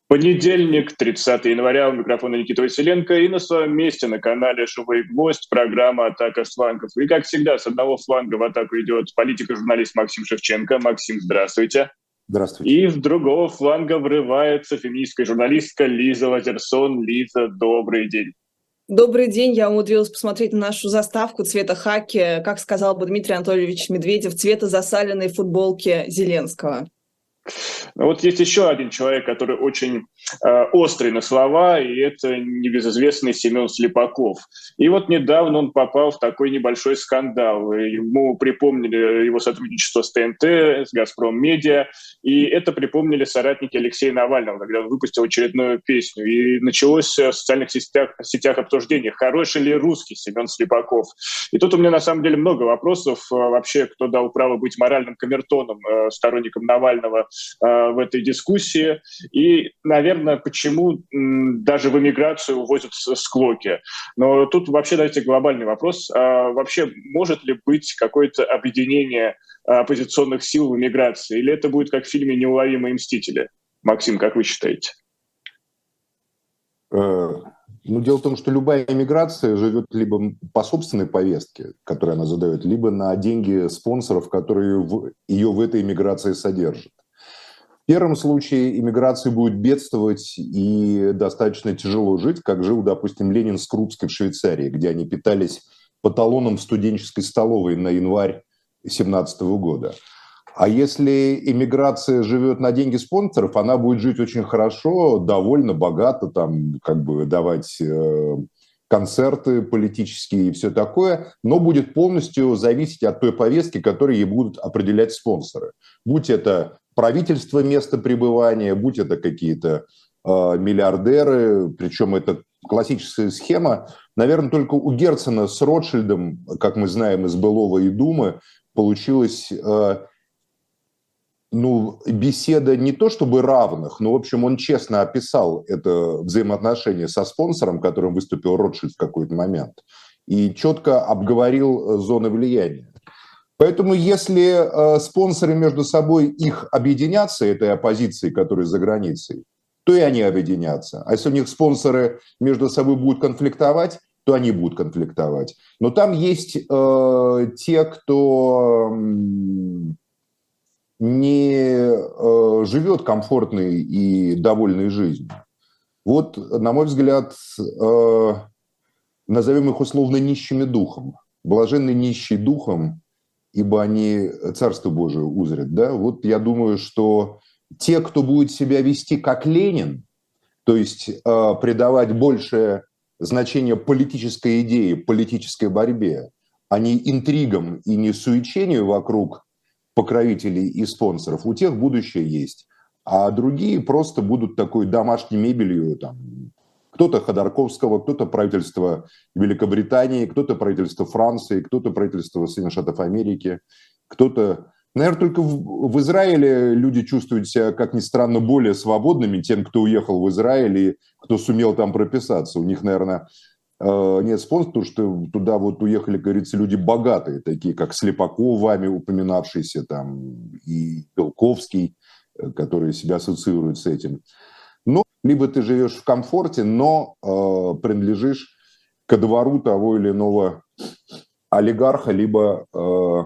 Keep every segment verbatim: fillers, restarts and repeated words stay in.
Понедельник, тридцатое января, у микрофона Никита Василенко, и на своем месте на канале «Живой гвоздь» программа «Атака с флангов». И, как всегда, с одного фланга в атаку идет политик и журналист Максим Шевченко. Максим, здравствуйте. Здравствуйте. И с другого фланга врывается феминистская журналистка Лиза Лазерсон. Лиза, добрый день. Добрый день. Я умудрилась посмотреть на нашу заставку цвета хаки, как сказал бы Дмитрий Анатольевич Медведев, цвета засаленной футболки Зеленского. Вот есть еще один человек, который очень э, острый на слова, и это небезызвестный Семен Слепаков. И вот недавно он попал в такой небольшой скандал. Ему припомнили его сотрудничество с ТНТ, с «Газпром Медиа», и это припомнили соратники Алексея Навального, когда он выпустил очередную песню. И началось в социальных сетях, сетях обсуждение, хороший ли русский Семен Слепаков. И тут у меня на самом деле много вопросов. Вообще, кто дал право быть моральным камертоном, э, сторонником Навального в этой дискуссии. И, наверное, почему даже в эмиграцию увозят склоки. Но тут вообще, давайте, глобальный вопрос. А вообще, может ли быть какое-то объединение оппозиционных сил в эмиграции? Или это будет как в фильме «Неуловимые мстители»? Максим, как вы считаете? Ну, дело в том, что любая эмиграция живет либо по собственной повестке, которую она задает, либо на деньги спонсоров, которые в, ее в этой эмиграции содержат. В первом случае иммиграция будет бедствовать и достаточно тяжело жить, как жил, допустим, Ленин с Крупской в Швейцарии, где они питались по талонам в студенческой столовой на январь семнадцатого года. А если иммиграция живет на деньги спонсоров, она будет жить очень хорошо, довольно богато, там, как бы давать э, концерты политические и все такое, но будет полностью зависеть от той повестки, которую ей будут определять спонсоры. Будь это правительство места пребывания, будь это какие-то э, миллиардеры, причем это классическая схема. Наверное, только у Герцена с Ротшильдом, как мы знаем из Былого и Думы, получилась э, ну, беседа не то чтобы равных, но, в общем, он честно описал это взаимоотношение со спонсором, которым выступил Ротшильд в какой-то момент, и четко обговорил зоны влияния. Поэтому если э, спонсоры между собой их объединятся, этой оппозиции, которая за границей, то и они объединятся. А если у них спонсоры между собой будут конфликтовать, то они будут конфликтовать. Но там есть э, те, кто не э, живет комфортной и довольной жизнью. Вот, на мой взгляд, э, назовем их условно нищими духом. Блаженны нищие духом, ибо они Царство Божие узрят. Да? Вот я думаю, что те, кто будет себя вести как Ленин, то есть э, придавать большее значение политической идее, политической борьбе, а не интригам и не суечению вокруг покровителей и спонсоров, у тех будущее есть. А другие просто будут такой домашней мебелью, там, кто-то Ходорковского, кто-то правительство Великобритании, кто-то правительство Франции, кто-то правительство Соединенных Штатов Америки, кто-то... Наверное, только в, в Израиле люди чувствуют себя, как ни странно, более свободными, тем, кто уехал в Израиль и кто сумел там прописаться. У них, наверное, нет спонсора, потому что туда вот уехали, как говорится, люди богатые, такие как Слепаков, вами упоминавшийся, там, и Белковский, которые себя ассоциируют с этим. Ну, либо ты живешь в комфорте, но э, принадлежишь ко двору того или иного олигарха, либо э,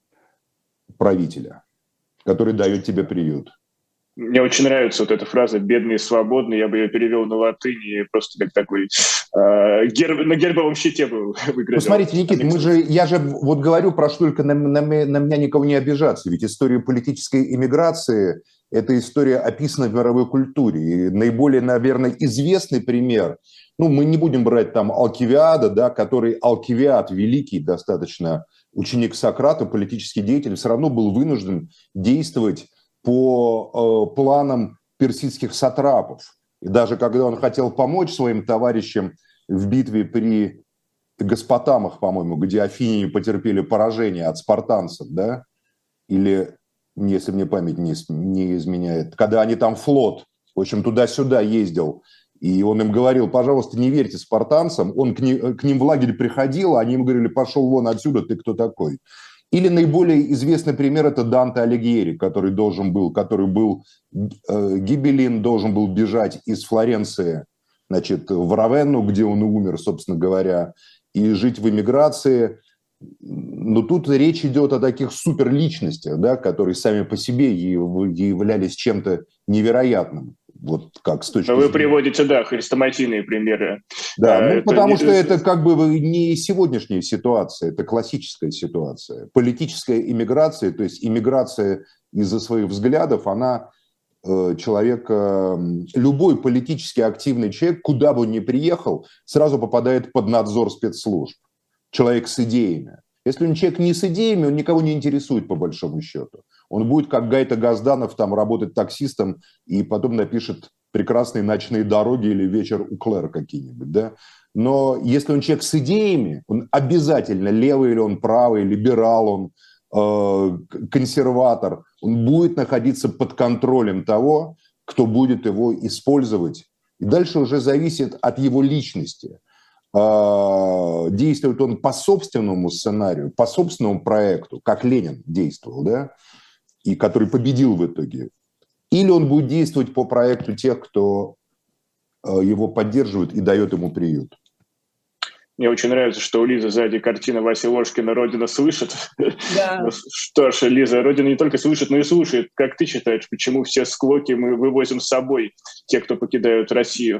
правителя, который дает тебе приют. Мне очень нравится вот эта фраза «бедный и свободный». Я бы ее перевел на латыни, просто как такой э, герб, на гербовом щите бы выиграл. Ну, смотрите, Никита, мы же, я же вот говорю, прошу только на, на, на меня никого не обижаться, ведь история политической иммиграции – это история, описана в мировой культуре. И наиболее, наверное, известный пример, ну, мы не будем брать там Алкивиада, да, который Алкивиад, великий достаточно ученик Сократа, политический деятель, все равно был вынужден действовать по э, планам персидских сатрапов. И даже когда он хотел помочь своим товарищам в битве при Госпотамах, по-моему, где афиняне потерпели поражение от спартанцев, да, или, если мне память не, не изменяет, когда они там флот, в общем, туда-сюда ездил, и он им говорил: пожалуйста, не верьте спартанцам. Он к, не, к ним в лагерь приходил, а они ему говорили: пошел вон отсюда, ты кто такой? Или наиболее известный пример – это Данте Алигьери, который должен был, который был, э, Гибелин должен был бежать из Флоренции, значит, в Равенну, где он умер, собственно говоря, и жить в эмиграции. Но тут речь идет о таких суперличностях, да, которые сами по себе являлись чем-то невероятным. Вот как с точки Но вы зрения... приводите, да, хрестоматийные примеры. Да, ну, это потому не... что это как бы не сегодняшняя ситуация, это классическая ситуация. Политическая иммиграция, то есть иммиграция из-за своих взглядов, она э, человек, э, любой политически активный человек, куда бы он ни приехал, сразу попадает под надзор спецслужб. Человек с идеями. Если он человек не с идеями, он никого не интересует по большому счету. Он будет, как Гайта Газданов, там работать таксистом и потом напишет прекрасные ночные дороги или вечер у Клэр какие-нибудь, да. Но если он человек с идеями, он обязательно, левый или он правый, либерал он, э, консерватор, он будет находиться под контролем того, кто будет его использовать. И дальше уже зависит от его личности. Э, действует он по собственному сценарию, по собственному проекту, как Ленин действовал, да, и который победил в итоге. Или он будет действовать по проекту тех, кто его поддерживает и дает ему приют. Мне очень нравится, что у Лизы сзади картина Васи Ложкина «Родина слышит». Да. Ну, что ж, Лиза, Родина не только слышит, но и слушает. Как ты считаешь, почему все склоки мы вывозим с собой, те, кто покидают Россию?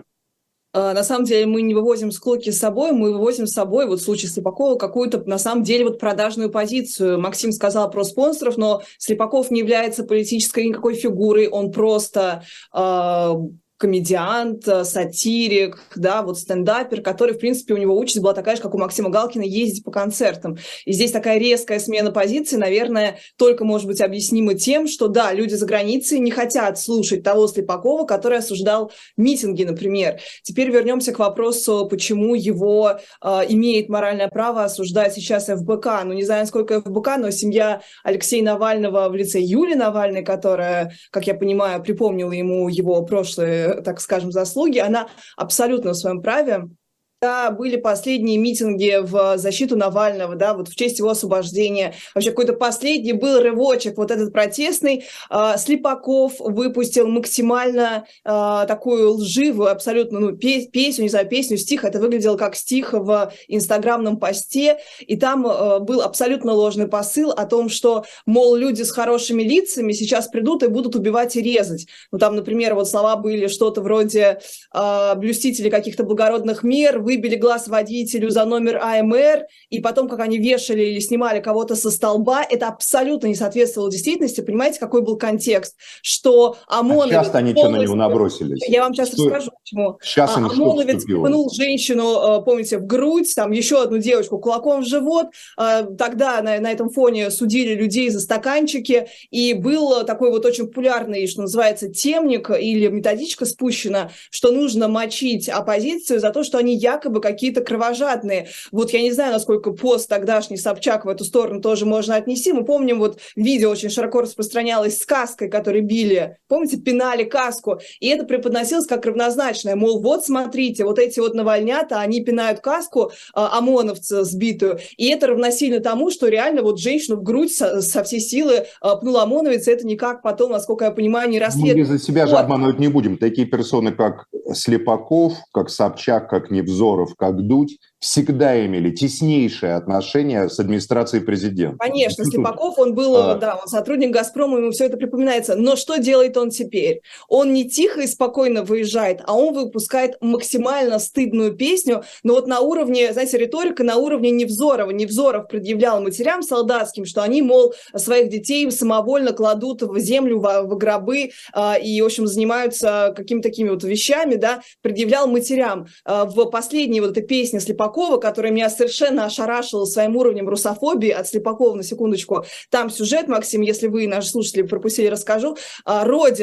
На самом деле мы не вывозим склоки с собой, мы вывозим с собой, вот в случае Слепакова, какую-то, на самом деле, вот продажную позицию. Максим сказал про спонсоров, но Слепаков не является политической никакой фигурой, он просто... Э- комедиант, сатирик, да, вот стендапер, который, в принципе, у него участь была такая же, как у Максима Галкина, ездить по концертам. И здесь такая резкая смена позиции, наверное, только может быть объяснима тем, что, да, люди за границей не хотят слушать того Слепакова, который осуждал митинги, например. Теперь вернемся к вопросу, почему его э, имеет моральное право осуждать сейчас эф бэ ка. Ну, не знаю, сколько эф бэ ка, но семья Алексея Навального в лице Юли Навальной, которая, как я понимаю, припомнила ему его прошлые, так скажем, заслуги, она абсолютно в своем праве. Да, были последние митинги в защиту Навального, да, вот в честь его освобождения. Вообще какой-то последний был рывочек, вот этот протестный. Э, Слепаков выпустил максимально э, такую лживую абсолютно, ну, песню, не знаю, песню, стих. Это выглядело как стих в инстаграмном посте. И там э, был абсолютно ложный посыл о том, что, мол, люди с хорошими лицами сейчас придут и будут убивать и резать. Ну, там, например, вот слова были что-то вроде э, блюстители каких-то благородных мер, выбили глаз водителю за номер а эм эр, и потом, как они вешали или снимали кого-то со столба, это абсолютно не соответствовало действительности. Понимаете, какой был контекст? Что ОМОНовец... А часто они полностью... что на него набросились? Я вам сейчас что... расскажу, почему. Сейчас а, ОМОНовец пнул женщину, помните, в грудь, там еще одну девочку кулаком в живот. Тогда на, на этом фоне судили людей за стаканчики, и был такой вот очень популярный, что называется, темник или методичка спущена, что нужно мочить оппозицию за то, что они якобы якобы какие-то кровожадные. Вот я не знаю, насколько пост тогдашний Собчак в эту сторону тоже можно отнести. Мы помним, вот видео очень широко распространялось с каской, которой били. Помните, пинали каску. И это преподносилось как равнозначное. Мол, вот смотрите, вот эти вот навальнята, они пинают каску а, ОМОНовца сбитую. И это равносильно тому, что реально вот женщину в грудь со, со всей силы а, пнул ОМОНовец. Это никак потом, насколько я понимаю, не расследует. Мы за себя вот. же обманывать не будем. Такие персоны, как Слепаков, как Собчак, как Невзоров, как Дудь, всегда имели теснейшее отношение с администрацией президента. Конечно, Слепаков, он был, а... да, он сотрудник «Газпрома», ему все это припоминается. Но что делает он теперь? Он не тихо и спокойно выезжает, а он выпускает максимально стыдную песню, но вот на уровне, знаете, риторика на уровне Невзорова. Невзоров предъявлял матерям солдатским, что они, мол, своих детей самовольно кладут в землю, в, в гробы э, и, в общем, занимаются какими-то такими вот вещами, да, предъявлял матерям. Э, в последней вот этой песне Слепакова, которая меня совершенно ошарашила своим уровнем русофобии, от Слепакова, на секундочку, там сюжет, Максим, если вы, наши слушатели, пропустили, расскажу.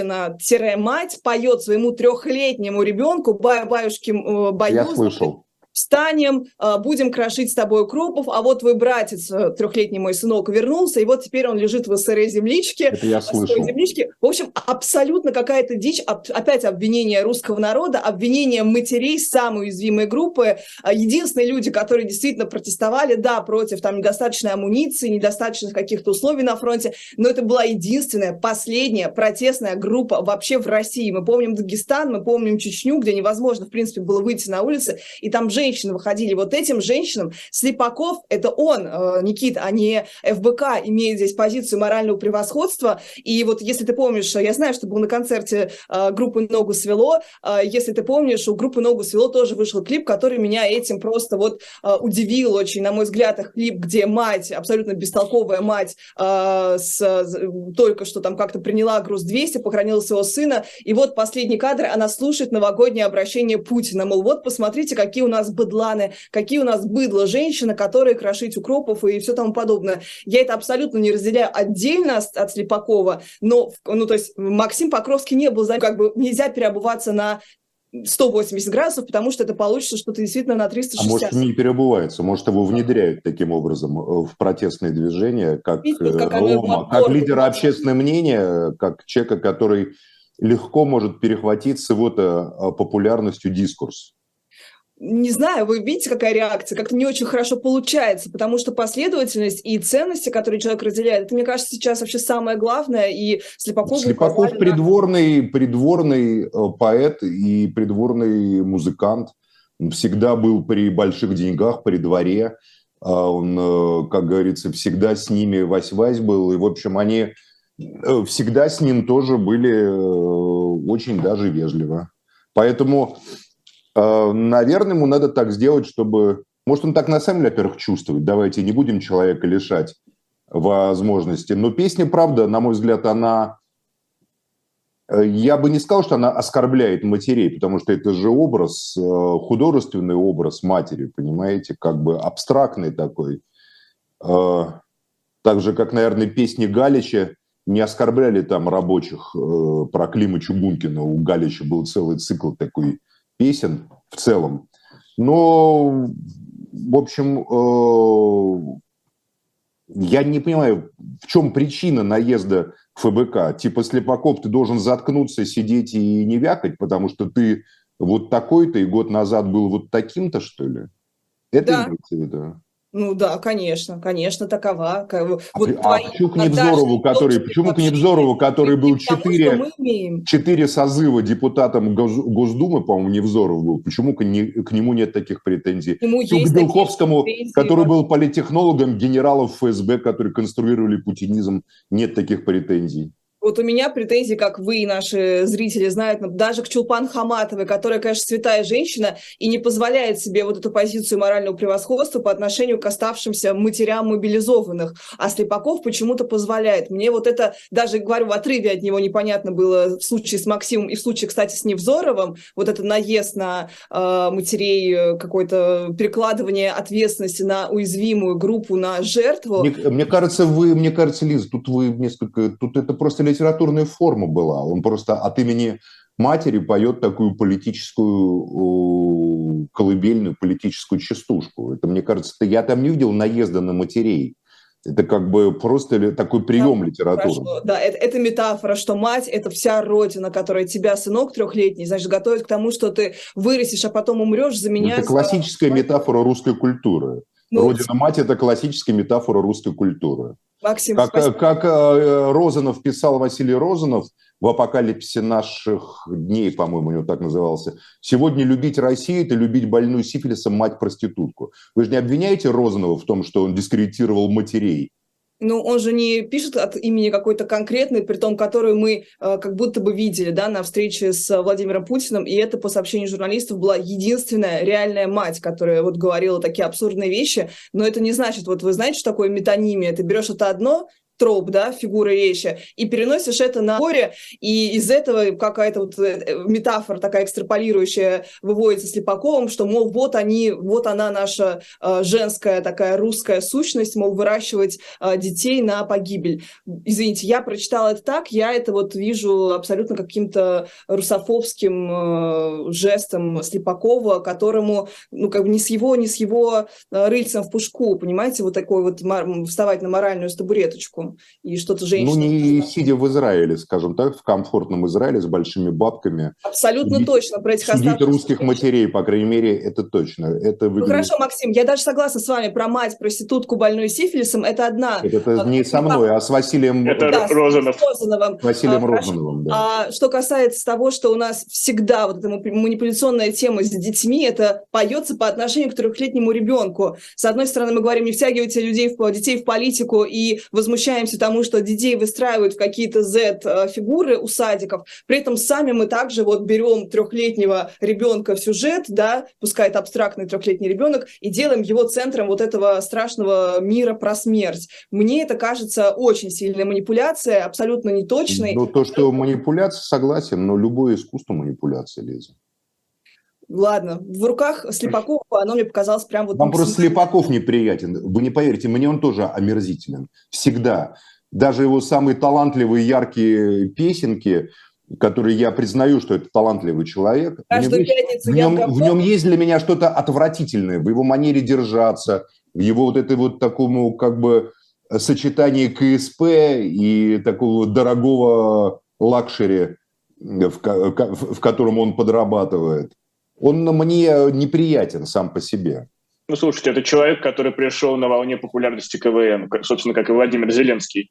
Родина-мать поет своему трехлетнему ребенку баю-баюшки баюшки. Я слышал. встанем, будем крошить с тобой укропов, а вот твой братец, трехлетний мой сынок, вернулся, и вот теперь он лежит в СР земличке. Это я слышал. Земличке. В общем, абсолютно какая-то дичь, опять обвинение русского народа, обвинение матерей самой уязвимой группы. Единственные люди, которые действительно протестовали, да, против там недостаточной амуниции, недостаточных каких-то условий на фронте, но это была единственная, последняя протестная группа вообще в России. Мы помним Дагестан, мы помним Чечню, где невозможно, в принципе, было выйти на улицы, и там женщины выходили. Вот этим женщинам Слепаков, это он, Никита, а не эф бэ ка, имеет здесь позицию морального превосходства. И вот если ты помнишь, я знаю, что был на концерте группы «Ногу свело», если ты помнишь, у группы «Ногу свело» тоже вышел клип, который меня этим просто вот удивил очень, на мой взгляд, это клип, где мать, абсолютно бестолковая мать, с, только что там как-то приняла груз двести, похоронила своего сына, и вот последний кадр, она слушает новогоднее обращение Путина, мол, вот посмотрите, какие у нас быдланы, какие у нас быдло женщины, которые крошить укропов и все тому подобное. Я это абсолютно не разделяю отдельно от, от Слепакова, но, ну, то есть Максим Покровский не был, как бы нельзя переобуваться на сто восемьдесят градусов, потому что это получится что-то действительно на триста шестьдесят. А может, не переобувается, может, его внедряют таким образом в протестные движения, как, Видите, как, Лома, как лидера общественного мнения, как человека, который легко может перехватить с его-то популярностью дискурс. Не знаю, вы видите, какая реакция? Как-то не очень хорошо получается, потому что последовательность и ценности, которые человек разделяет, это, мне кажется, сейчас вообще самое главное, и Слепаков... Слепаков придворный, на... придворный поэт и придворный музыкант, он всегда был при больших деньгах, при дворе, он, как говорится, всегда с ними вась-вась был, и, в общем, они всегда с ним тоже были очень даже вежливо. Поэтому... Наверное, ему надо так сделать, чтобы... Может, он так на самом деле, во-первых, чувствует. Давайте не будем человека лишать возможности. Но песня, правда, на мой взгляд, она... Я бы не сказал, что она оскорбляет матерей, потому что это же образ, художественный образ матери, понимаете, как бы абстрактный такой. Так же, как, наверное, песни Галича не оскорбляли там рабочих про Клима Чугункина. У Галича был целый цикл такой песен в целом. Но, в общем, э, я не понимаю, в чем причина наезда эф бэ ка. Типа, Слепаков, ты должен заткнуться, сидеть и не вякать, потому что ты вот такой-то и год назад был вот таким-то, что ли? Это да. имеется в виду? Ну да, конечно, конечно, такова. Вот а твои, почему к Невзорову, который, почему к Невзорову, который был четыре, четыре созыва депутатом Госдумы, по-моему, Невзоров был, почему к, не, к нему нет таких претензий? К Белковскому, который был политтехнологом, генералов эф эс бэ, которые конструировали путинизм, нет таких претензий. Вот у меня претензии, как вы и наши зрители знают, даже к Чулпан Хаматовой, которая, конечно, святая женщина и не позволяет себе вот эту позицию морального превосходства по отношению к оставшимся матерям мобилизованных. А Слепаков почему-то позволяет. Мне вот это, даже, говорю, в отрыве от него непонятно было в случае с Максимом и в случае, кстати, с Невзоровым, вот это наезд на э, матерей, какое-то перекладывание ответственности на уязвимую группу, на жертву. Мне, мне кажется, вы, мне кажется, Лиза, тут вы несколько, тут это просто литературная форма была. Он просто от имени матери поет такую политическую колыбельную, политическую частушку. Это, мне кажется, я там не видел наезда на матерей. Это как бы просто такой прием да, литературы. Хорошо. Да, это, это метафора, что мать – это вся родина, которая тебя, сынок трехлетний, значит, готовит к тому, что ты вырастешь, а потом умрешь, заменяешь... Это классическая за... метафора русской культуры. Ну, Родина-мать – это классическая метафора русской культуры. Максим, как, как э, Розанов писал, Василий Розанов в «Апокалипсисе наших дней», по-моему, у него так назывался, «Сегодня любить Россию – это любить больную сифилисом мать-проститутку». Вы же не обвиняете Розанова в том, что он дискредитировал матерей? Ну, он же не пишет от имени какой-то конкретной, при том, которую мы э, как будто бы видели, да, на встрече с Владимиром Путиным, и это, по сообщению журналистов, была единственная реальная мать, которая вот говорила такие абсурдные вещи, но это не значит, вот вы знаете, что такое метонимия? Ты берешь это одно троп, да, фигура речи, и переносишь это на море, и из этого какая-то вот метафора такая экстраполирующая выводится Слепаковым, что, мол, вот они, вот она наша э, женская такая русская сущность, мол, выращивать э, детей на погибель. Извините, я прочитала это так, я это вот вижу абсолютно каким-то русофобским э, жестом Слепакова, которому, ну, как бы не с его, не с его э, рыльцем в пушку, понимаете, вот такой вот мор- вставать на моральную табуреточку. И что-то женщина... Ну, не сидя в Израиле, скажем так, в комфортном Израиле с большими бабками. Абсолютно судить, точно. Про этих судить русских женщин. матерей, по крайней мере, это точно. Это выглядит... Ну хорошо, Максим, я даже согласна с вами про мать, проститутку, больную сифилисом. Это одна... Это, это не со мной, а с Василием... Это да, Розанов. С Розановым. Василием а, Розановым, да. А что касается того, что у нас всегда вот эта манипуляционная тема с детьми, это поется по отношению к трехлетнему ребенку. С одной стороны, мы говорим, не втягивайте людей в, детей в политику и возмущаемся тому, что детей выстраивают в какие-то Z-фигуры у садиков. При этом сами мы также вот берем трехлетнего ребенка в сюжет, да, пускай это абстрактный трехлетний ребенок, и делаем его центром вот этого страшного мира про смерть. Мне это кажется очень сильной манипуляцией, абсолютно неточной. Ну, то, что манипуляция, согласен, но любое искусство манипуляции, Лиза. Ладно, в руках Слепакова оно мне показалось прям вот... Вам просто Слепаков неприятен. Вы не поверите, мне он тоже омерзителен. Всегда. Даже его самые талантливые, яркие песенки, которые я признаю, что это талантливый человек, Каждую в нем, пятницу в, я нем, в нем есть для меня что-то отвратительное в его манере держаться, в его вот этой вот такому как бы сочетании ка эс пэ и такого дорогого лакшери, в, в, в котором он подрабатывает. Он мне неприятен сам по себе. Ну, слушайте, это человек, который пришел на волне популярности ка вэ эн, собственно, как и Владимир Зеленский.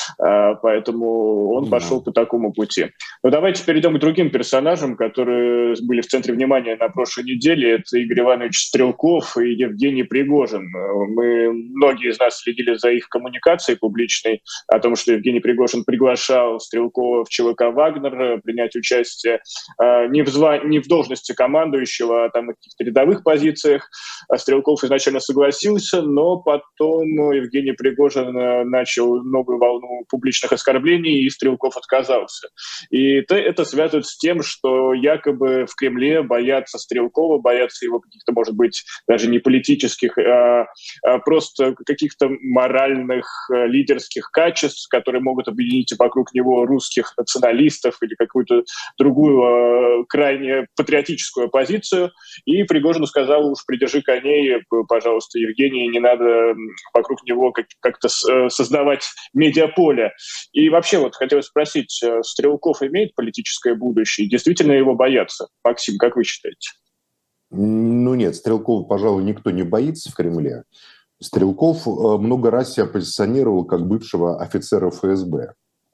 Поэтому он пошел по такому пути. Но давайте перейдем к другим персонажам, которые были в центре внимания на прошлой неделе. Это Игорь Иванович Стрелков и Евгений Пригожин. Мы, многие из нас следили за их коммуникацией публичной, о том, что Евгений Пригожин приглашал Стрелкова в че вэ ка «Вагнер» принять участие не в, зван... не в должности командующего, а там на каких-то рядовых позициях. Стрелков изначально согласился, но потом Евгений Пригожин начал новую волну публичных оскорблений, и Стрелков отказался. И это, это связывает с тем, что якобы в Кремле боятся Стрелкова, боятся его каких-то, может быть, даже не политических, а, а просто каких-то моральных, лидерских качеств, которые могут объединить вокруг него русских националистов или какую-то другую а, крайне патриотическую оппозицию. И Пригожин сказал: уж придержи коней, пожалуйста, Евгений, не надо вокруг него как- как-то создавать медиаполе. И вообще вот хотелось спросить, Стрелков имеет политическое будущее? Действительно его боятся? Максим, как вы считаете? Ну нет, Стрелкова, пожалуй, никто не боится в Кремле. Стрелков много раз себя позиционировал как бывшего офицера эф эс бэ.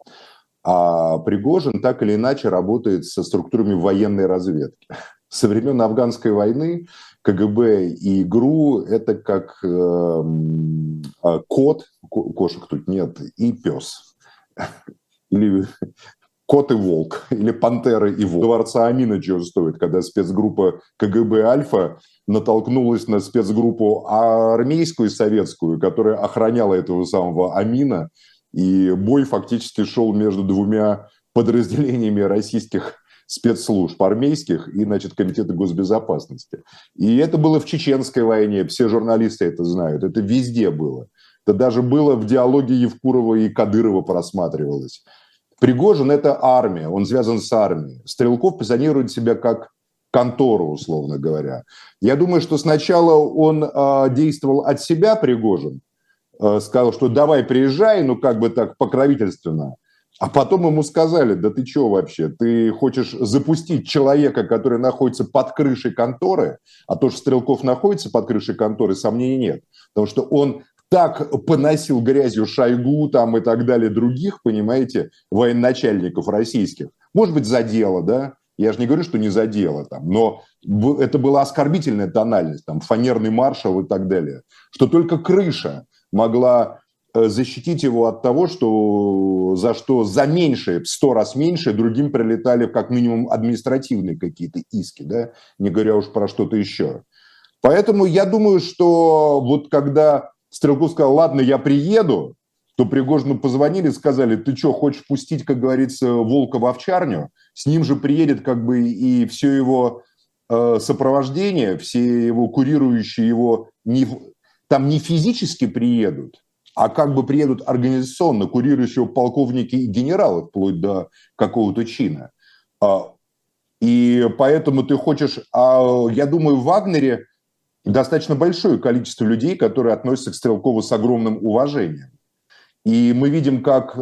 А Пригожин так или иначе работает со структурами военной разведки. Со времен афганской войны ка гэ бэ и ГРУ – это как э, кот, кошек тут нет, и пес. Или кот и волк, или пантера и волк. Дворца Амина чего стоит, когда спецгруппа ка гэ бэ «Альфа» натолкнулась на спецгруппу армейскую советскую, которая охраняла этого самого Амина, и бой фактически шел между двумя подразделениями российских спецслужб армейских и, значит, Комитета госбезопасности. И это было в Чеченской войне, все журналисты это знают, это везде было. Это даже было в диалоге Евкурова и Кадырова просматривалось. Пригожин – это армия, он связан с армией. Стрелков позиционирует себя как контору, условно говоря. Я думаю, что сначала он э, действовал от себя, Пригожин, э, сказал, что давай приезжай, ну как бы так покровительственно. А потом ему сказали: да ты что вообще, ты хочешь запустить человека, который находится под крышей конторы, а то, что Стрелков находится под крышей конторы, сомнений нет. Потому что он так поносил грязью Шойгу там и так далее, других, понимаете, военачальников российских. Может быть, за дело, да? Я же не говорю, что не за дело, там, но это была оскорбительная тональность, там, фанерный маршал и так далее. Что только крыша могла защитить его от того, что, за что за меньшее, в сто раз меньше, другим прилетали как минимум административные какие-то иски, да? Не говоря уж про что-то еще. Поэтому я думаю, что вот когда Стрелков сказал: ладно, я приеду, то Пригожину позвонили, сказали, ты что, хочешь пустить, как говорится, волка в овчарню? С ним же приедет как бы и все его э, сопровождение, все его курирующие его, не, там не физически приедут, а как бы приедут организационно, курирующие полковники и генералы, вплоть до какого-то чина. И поэтому ты хочешь... А я думаю, в Вагнере достаточно большое количество людей, которые относятся к Стрелкову с огромным уважением. И мы видим, как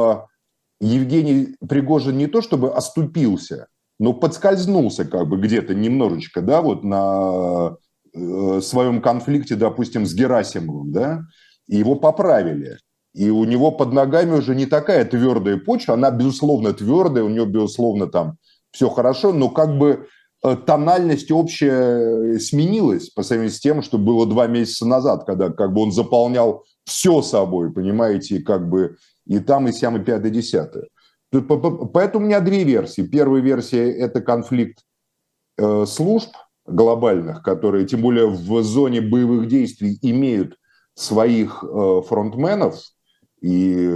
Евгений Пригожин не то чтобы оступился, но подскользнулся как бы где-то немножечко, да, вот на своем конфликте, допустим, с Герасимовым, да, и его поправили. И у него под ногами уже не такая твердая почва, она, безусловно, твердая, у него, безусловно, там все хорошо, но как бы тональность общая сменилась по сравнению с тем, что было два месяца назад, когда как бы он заполнял все собой, понимаете, и как бы и там, и сям, и пятое, и десятое. Поэтому у меня две версии. Первая версия – это конфликт служб глобальных, которые, тем более в зоне боевых действий, имеют своих фронтменов. И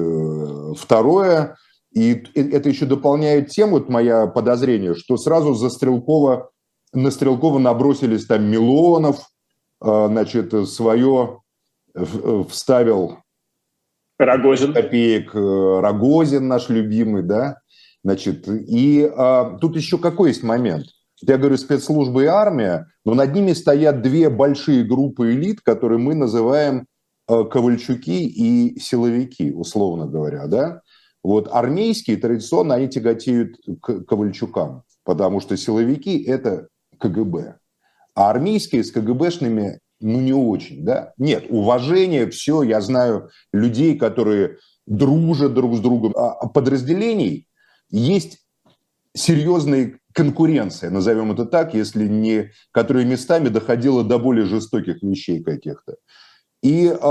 второе, и это еще дополняет тему, вот мое подозрение, что сразу за Стрелкова, на Стрелкова набросились там Милонов, значит, свое вставил Рогозин. Копеек, Рогозин наш любимый, да, значит, и а, тут еще какой есть момент. Я говорю, спецслужбы и армия, но над ними стоят две большие группы элит, которые мы называем ковальчуки и силовики, условно говоря, да. Вот армейские традиционно они тяготеют к ковальчукам, потому что силовики – это ка гэ бэ, а армейские с ка гэ бэшными ну не очень, да. Нет, уважение, все, я знаю людей, которые дружат друг с другом, а подразделений есть серьезная конкуренция, назовем это так, если не, которая местами доходила до более жестоких вещей каких-то. И э,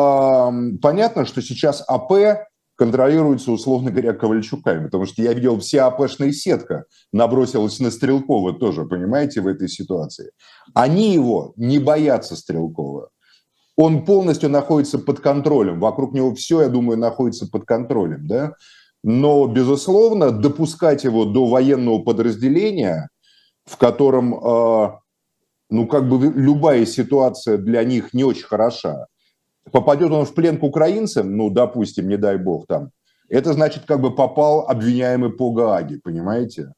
понятно, что сейчас а пэ контролируется, условно говоря, ковальчуками, потому что я видел, вся а пэ-шная сетка набросилась на Стрелкова тоже, понимаете, в этой ситуации. Они его не боятся, Стрелкова. Он полностью находится под контролем. Вокруг него все, я думаю, находится под контролем, да? Но, безусловно, допускать его до военного подразделения, в котором, э, ну, как бы любая ситуация для них не очень хороша, попадет он в плен к украинцам, ну, допустим, не дай бог там, это значит, как бы попал обвиняемый по Гааге, понимаете?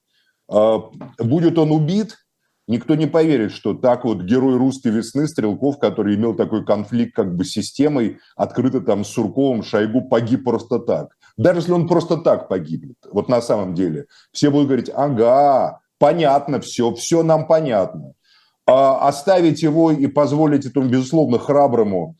Будет он убит, никто не поверит, что так вот герой русской весны Стрелков, который имел такой конфликт как бы с системой, открыто там с Сурковым, Шойгу, погиб просто так. Даже если он просто так погибнет, вот на самом деле, все будут говорить, ага, понятно все, все нам понятно. А оставить его и позволить этому, безусловно, храброму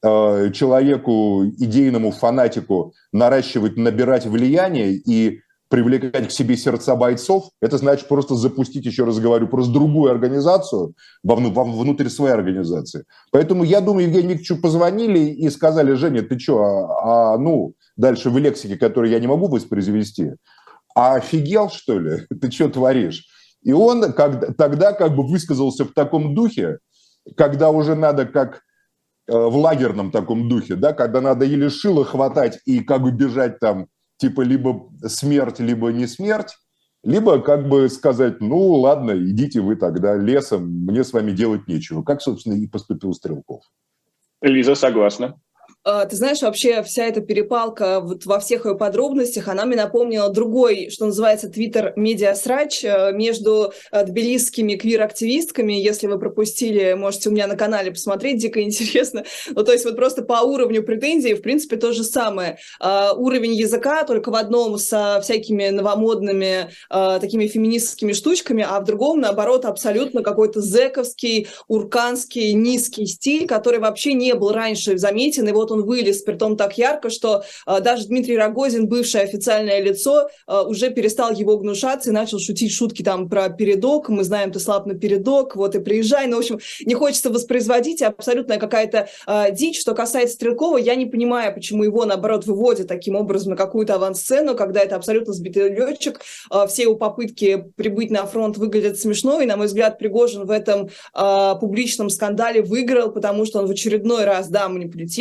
человеку, идейному фанатику наращивать, набирать влияние и привлекать к себе сердца бойцов, это значит просто запустить, еще раз говорю, просто другую организацию внутрь своей организации. Поэтому я думаю, Евгению Викторовичу позвонили и сказали, Женя, ты что, а, а, ну, дальше в лексике, которую я не могу воспроизвести, а офигел, что ли? Ты что творишь? И он как, тогда как бы высказался в таком духе, когда уже надо как в лагерном таком духе, да, когда надо или шило хватать и как бы бежать там, типа либо смерть, либо не смерть, либо как бы сказать, ну ладно, идите вы тогда лесом, мне с вами делать нечего. Как, собственно, и поступил Стрелков. Лиза согласна. Ты знаешь, вообще вся эта перепалка вот во всех ее подробностях, она мне напомнила другой, что называется, твиттер-медиасрач между тбилисскими квир-активистками. Если вы пропустили, можете у меня на канале посмотреть, дико интересно. Ну, то есть вот просто по уровню претензий, в принципе, то же самое. Уровень языка только в одном со всякими новомодными такими феминистскими штучками, а в другом, наоборот, абсолютно какой-то зэковский, урканский, низкий стиль, который вообще не был раньше заметен, и вот он вылез, притом так ярко, что э, даже Дмитрий Рогозин, бывшее официальное лицо, э, уже перестал его гнушаться и начал шутить шутки там про передок. Мы знаем, ты слаб на передок, вот и приезжай. Ну, в общем, не хочется воспроизводить, абсолютная какая-то э, дичь. Что касается Стрелкова, я не понимаю, почему его, наоборот, выводят таким образом на какую-то авансцену, когда это абсолютно сбитый летчик. Э, все его попытки прибыть на фронт выглядят смешно, и, на мой взгляд, Пригожин в этом э, публичном скандале выиграл, потому что он в очередной раз, да, манипулятивно показал,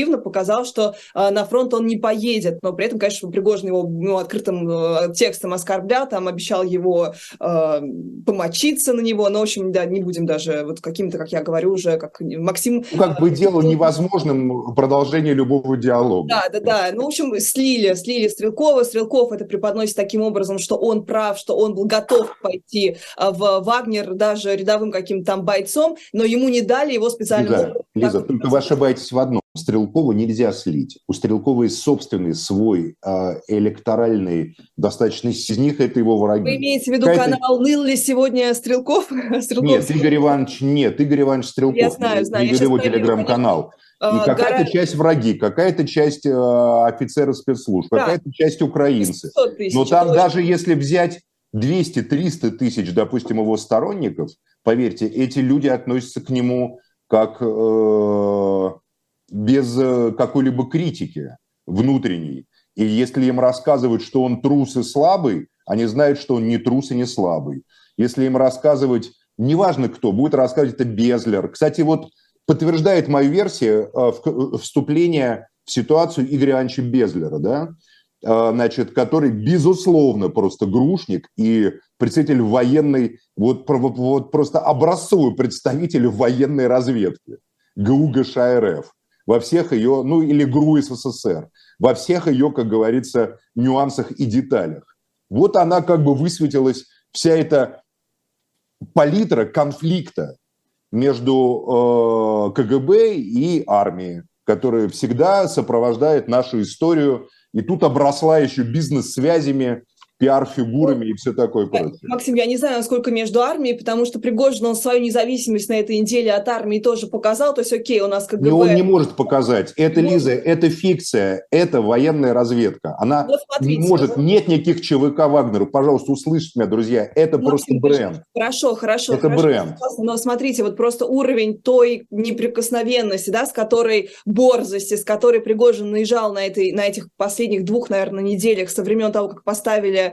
сказал, что э, на фронт он не поедет, но при этом, конечно, Пригожин его ну, открытым э, текстом оскорблял, там обещал его э, помочиться на него, но, в общем, да, не будем даже вот каким-то, как я говорю уже, как Максим... Ну, как бы делал невозможным продолжение любого диалога. Да, да, да. Ну, в общем, слили, слили Стрелкова. Стрелков это преподносит таким образом, что он прав, что он был готов пойти в Вагнер даже рядовым каким-то там бойцом, но ему не дали его специально... Лиза, Лиза, только вы ошибаетесь в одном. Стрелкова нельзя слить. У Стрелкова есть собственный свой э, электоральный, достаточно из них это его враги. Вы имеете в виду Какая-то... канал «Ныл ли сегодня Стрелков»? Стрелков? Нет, Игорь Иванович, нет, Игорь Иванович Стрелков. Я знаю, знаю. Не его телеграм-канал. И Uh, какая-то гора... часть враги, какая-то часть э, офицеров спецслужб, да. Какая-то часть украинцы. Но там точно. Даже если взять двести-триста тысяч, допустим, его сторонников, поверьте, эти люди относятся к нему как э, без какой-либо критики внутренней. И если им рассказывать, что он трус и слабый, они знают, что он не трус и не слабый. Если им рассказывать, неважно кто, будет рассказывать это Безлер. Кстати, вот подтверждает мою версию э, вступления в ситуацию Игоря Ивановича Безлера, да? э, значит, который, безусловно, просто грушник и представитель военной, вот, вот просто образцовый представитель военной разведки ГУ ГШРФ во всех ее, ну или ГРУ СССР, во всех ее, как говорится, нюансах и деталях. Вот она как бы высветилась, вся эта палитра конфликта между э, КГБ и армией, которая всегда сопровождает нашу историю, и тут обросла еще бизнес-связями, пиар-фигурами и все такое прочее. Максим, я не знаю, насколько между армией, потому что Пригожин, он свою независимость на этой неделе от армии тоже показал, то есть окей, у нас КГБ... Но он не может показать. Это, Лиза, это фикция, это военная разведка. Она вот смотрите, не может, вот... нет никаких ЧВК Вагнеру. Пожалуйста, услышьте меня, друзья, это Максим, просто бренд. Хорошо, хорошо. Это хорошо, бренд. Но смотрите, вот просто уровень той неприкосновенности, да, с которой борзости, с которой Пригожин наезжал на, этой, на этих последних двух, наверное, неделях со времен того, как поставили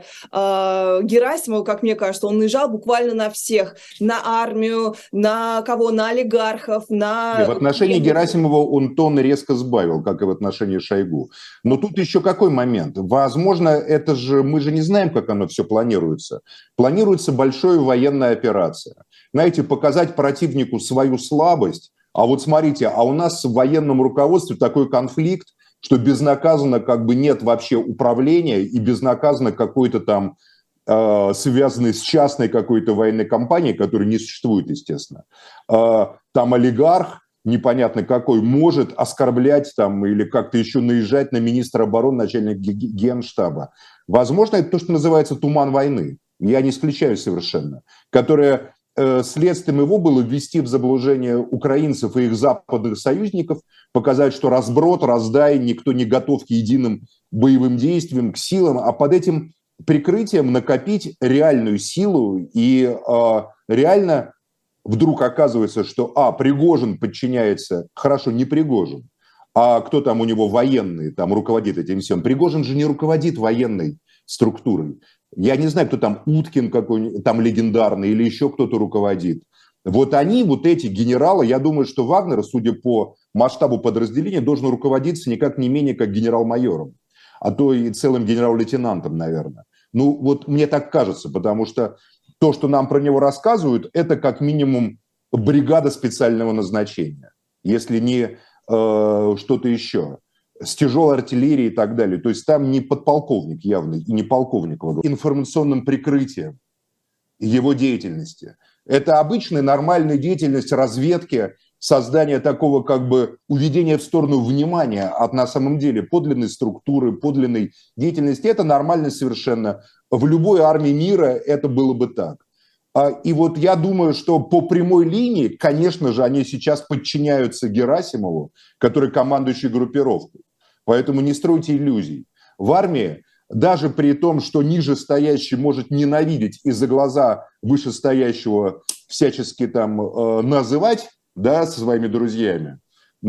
Герасимова, как мне кажется, он наезжал буквально на всех, на армию, на кого, на олигархов, на... В отношении Герасимова он тон резко сбавил, как и в отношении Шойгу. Но тут еще какой момент? Возможно, это же, мы же не знаем, как оно все планируется. Планируется большая военная операция. Знаете, показать противнику свою слабость, а вот смотрите, а у нас в военном руководстве такой конфликт, что безнаказанно как бы нет вообще управления и безнаказанно какой-то там э, связанный с частной какой-то военной компанией, которая не существует, естественно. Э, там олигарх, непонятно какой, может оскорблять там или как-то еще наезжать на министра обороны, начальника генштаба. Возможно, это то, что называется туман войны. Я не исключаю совершенно. Которая... Следствием его было ввести в заблуждение украинцев и их западных союзников, показать, что разброд, раздай, никто не готов к единым боевым действиям, к силам, а под этим прикрытием накопить реальную силу и э, реально вдруг оказывается, что а, Пригожин подчиняется, хорошо, не Пригожин, а кто там у него военный, там руководит этим всем. Пригожин же не руководит военной структурой. Я не знаю, кто там, Уткин какой-нибудь, там легендарный, или еще кто-то руководит. Вот они, вот эти генералы, я думаю, что Вагнер, судя по масштабу подразделения, должен руководиться никак не менее как генерал-майором, а то и целым генерал-лейтенантом, наверное. Ну, вот мне так кажется, потому что то, что нам про него рассказывают, это как минимум бригада специального назначения, если не э, что-то еще. С тяжелой артиллерией и так далее. То есть там не подполковник явно, и не полковник. Информационным прикрытием его деятельности. Это обычная нормальная деятельность разведки, создание такого как бы уведения в сторону внимания от на самом деле подлинной структуры, подлинной деятельности. Это нормально совершенно. В любой армии мира это было бы так. И вот я думаю, что по прямой линии, конечно же, они сейчас подчиняются Герасимову, который командующий группировкой. Поэтому не стройте иллюзий. В армии, даже при том, что нижестоящий может ненавидеть из-за глаза вышестоящего всячески там э, называть, да, со своими друзьями,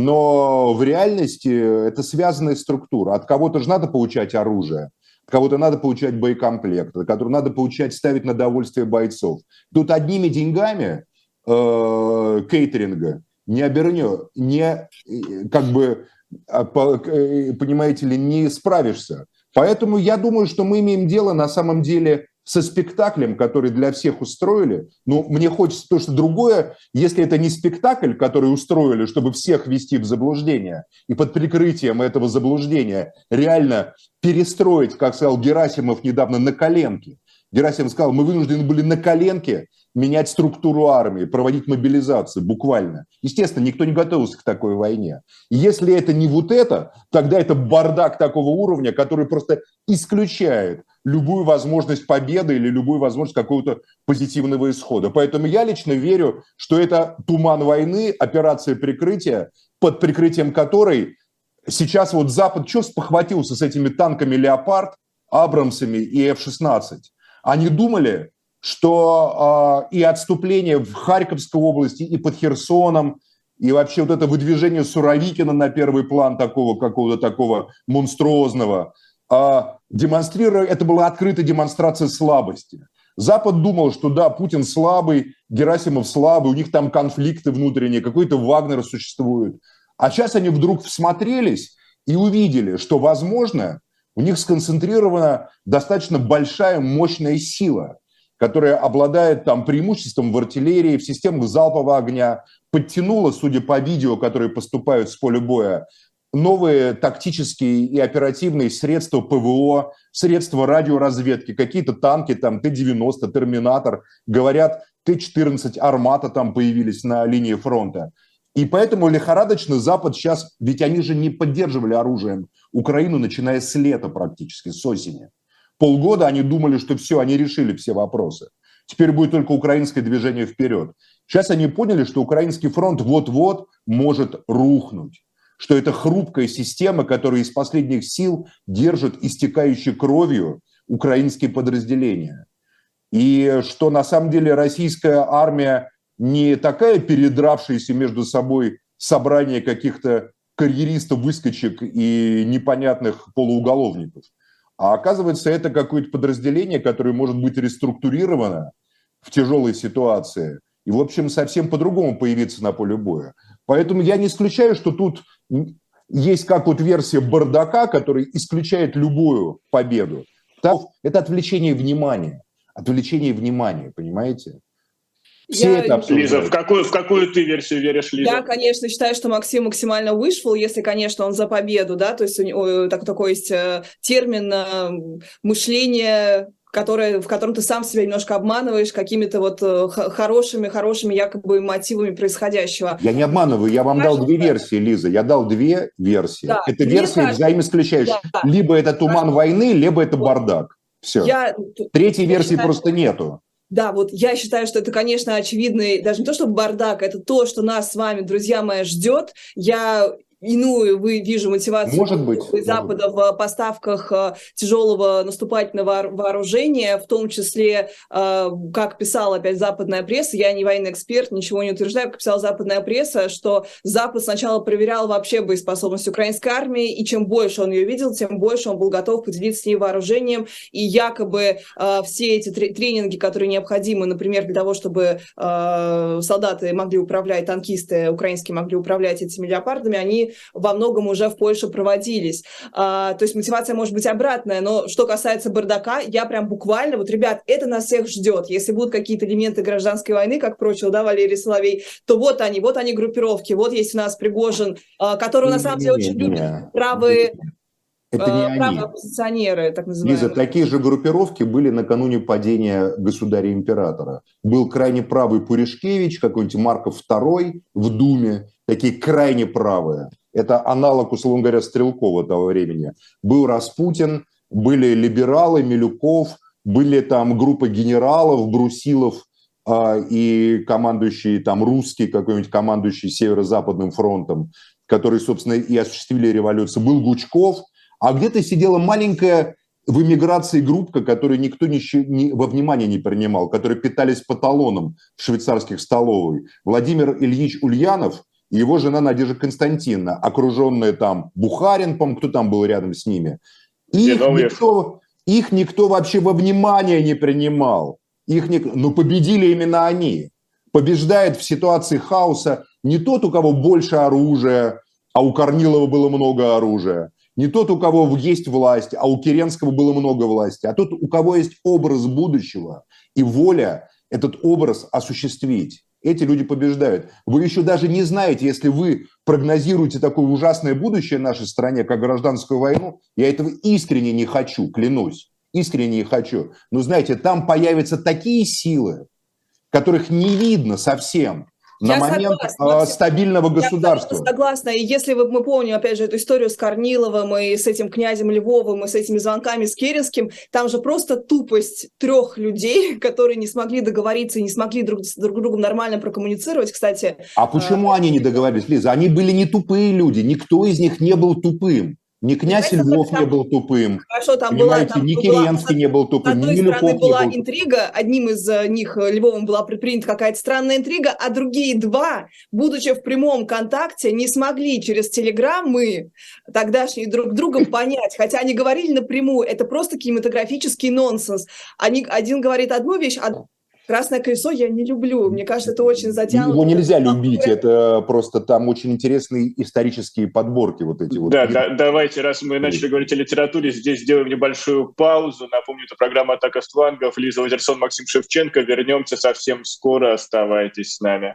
но в реальности это связанная структура. От кого-то же надо получать оружие, от кого-то надо получать боекомплект, от кого-то надо получать, ставить на довольствие бойцов. Тут одними деньгами э, кейтеринга не обернет, не как бы понимаете ли, не справишься. Поэтому я думаю, что мы имеем дело на самом деле со спектаклем, который для всех устроили. Но мне хочется то, что другое, если это не спектакль, который устроили, чтобы всех ввести в заблуждение, и под прикрытием этого заблуждения реально перестроить, как сказал Герасимов недавно, на коленке. Герасимов сказал, мы вынуждены были на коленке менять структуру армии, проводить мобилизацию, буквально. Естественно, никто не готовился к такой войне. И если это не вот это, тогда это бардак такого уровня, который просто исключает любую возможность победы или любую возможность какого-то позитивного исхода. Поэтому я лично верю, что это туман войны, операция прикрытия, под прикрытием которой сейчас вот Запад что спохватился с этими танками «Леопард», «Абрамсами» и эф шестнадцать. Они думали, что э, и отступление в Харьковской области, и под Херсоном, и вообще вот это выдвижение Суровикина на первый план такого какого-то такого монструозного, э, демонстрируя, это была открытая демонстрация слабости. Запад думал, что да, Путин слабый, Герасимов слабый, у них там конфликты внутренние, какой-то Вагнер существует. А сейчас они вдруг всмотрелись и увидели, что, возможно, у них сконцентрирована достаточно большая, мощная сила, которая обладает там преимуществом в артиллерии, в системах залпового огня, подтянула, судя по видео, которые поступают с поля боя, новые тактические и оперативные средства ПВО, средства радиоразведки, какие-то танки, там Т девяносто, Терминатор, говорят, Т четырнадцать, Армата там появились на линии фронта. И поэтому лихорадочно Запад сейчас, ведь они же не поддерживали оружием Украину, начиная с лета практически, с осени. Полгода они думали, что все, они решили все вопросы. Теперь будет только украинское движение вперед. Сейчас они поняли, что украинский фронт вот-вот может рухнуть. Что это хрупкая система, которая из последних сил держит истекающей кровью украинские подразделения. И что на самом деле российская армия не такая передравшаяся между собой собрание каких-то карьеристов, выскочек и непонятных полууголовников. А оказывается, это какое-то подразделение, которое может быть реструктурировано в тяжелой ситуации и, в общем, совсем по-другому появиться на поле боя. Поэтому я не исключаю, что тут есть как вот версия бардака, который исключает любую победу. Это отвлечение внимания. Отвлечение внимания, понимаете? Все я... это Лиза, в какую, в какую ты версию веришь, Лиза? Я, конечно, считаю, что Максим максимально wishful, если, конечно, он за победу, да, то есть у него так, такой есть термин мышления, которое, в котором ты сам себя немножко обманываешь какими-то вот хорошими, хорошими якобы мотивами происходящего. Я не обманываю, я вам Кажется, дал две версии, Лиза, я дал две версии. Да, это версии взаимоисключающие. Да, либо это туман да. войны, либо это бардак. Все. Я... Третьей я версии считаю... просто нету. Да, вот я считаю, что это, конечно, очевидный, даже не то, что бардак, это то, что нас с вами, друзья мои, ждет. Я иную вы, вижу мотивацию может быть, Запада может. в поставках тяжелого наступательного вооружения, в том числе, как писала опять западная пресса, я не военный эксперт, ничего не утверждаю, как писала западная пресса, что Запад сначала проверял вообще боеспособность украинской армии, и чем больше он ее видел, тем больше он был готов поделиться с ней вооружением, и якобы все эти тренинги, которые необходимы, например, для того, чтобы солдаты могли управлять, танкисты украинские могли управлять этими леопардами, они во многом уже в Польше проводились. А, то есть мотивация может быть обратная, но что касается бардака, я прям буквально, вот, ребят, это нас всех ждет. Если будут какие-то элементы гражданской войны, как прочил, да, Валерий Соловей, то вот они, вот они группировки, вот есть у нас Пригожин, а, которого на самом деле очень любят правые... Это не они. Оппозиционеры, так называемые. Лиза, такие же группировки были накануне падения государя-императора. Был крайне правый Пуришкевич, какой-нибудь Марков второй в Думе, такие крайне правые. Это аналог, условно говоря, Стрелкова того времени. Был Распутин, были либералы, Милюков, были там группа генералов, Брусилов э, и командующий там русский, какой-нибудь командующий Северо-Западным фронтом, которые, собственно, и осуществили революцию. Был Гучков, а где-то сидела маленькая в эмиграции группка, которую никто не, не, во внимание не принимал, которые питались по талонам в швейцарских столовых. Владимир Ильич Ульянов и его жена Надежда Константиновна, окруженные там Бухарин, по-моему, кто там был рядом с ними. Их никто, их никто вообще во внимание не принимал. Их не... Но победили именно они. Побеждает в ситуации хаоса не тот, у кого больше оружия, а у Корнилова было много оружия. Не тот, у кого есть власть, а у Керенского было много власти, а тот, у кого есть образ будущего и воля этот образ осуществить. Эти люди побеждают. Вы еще даже не знаете, если вы прогнозируете такое ужасное будущее нашей стране, как гражданскую войну, я этого искренне не хочу, клянусь, искренне не хочу. Но знаете, там появятся такие силы, которых не видно совсем на я момент согласна, стабильного государства. Я согласна. И если вы, мы помним, опять же, эту историю с Корниловым и с этим князем Львовым, и с этими звонками с Керенским, там же просто тупость трех людей, которые не смогли договориться и не смогли друг с друг другом нормально прокоммуницировать, кстати. А почему а... они не договорились, Лиза? Они были не тупые люди, никто из них не был тупым. Ни князь Понимаете, Львов там, не был тупым, хорошо, там была, там ни Керенский не был тупым, ни Милюков не был была интрига, одним из них, Львовым, была предпринята какая-то странная интрига, а другие два, будучи в прямом контакте, не смогли через телеграммы тогдашние друг другом понять, хотя они говорили напрямую, это просто кинематографический нонсенс. Они, один говорит одну вещь, а «Красное колесо» я не люблю. Мне кажется, это очень затянуто. Его нельзя любить. Это просто там очень интересные исторические подборки. Вот эти вот. Да, да, давайте, раз мы начали говорить о литературе, здесь сделаем небольшую паузу. Напомню, это программа «Атака с флангов». Лиза Лазерсон, Максим Шевченко. Вернемся совсем скоро. Оставайтесь с нами.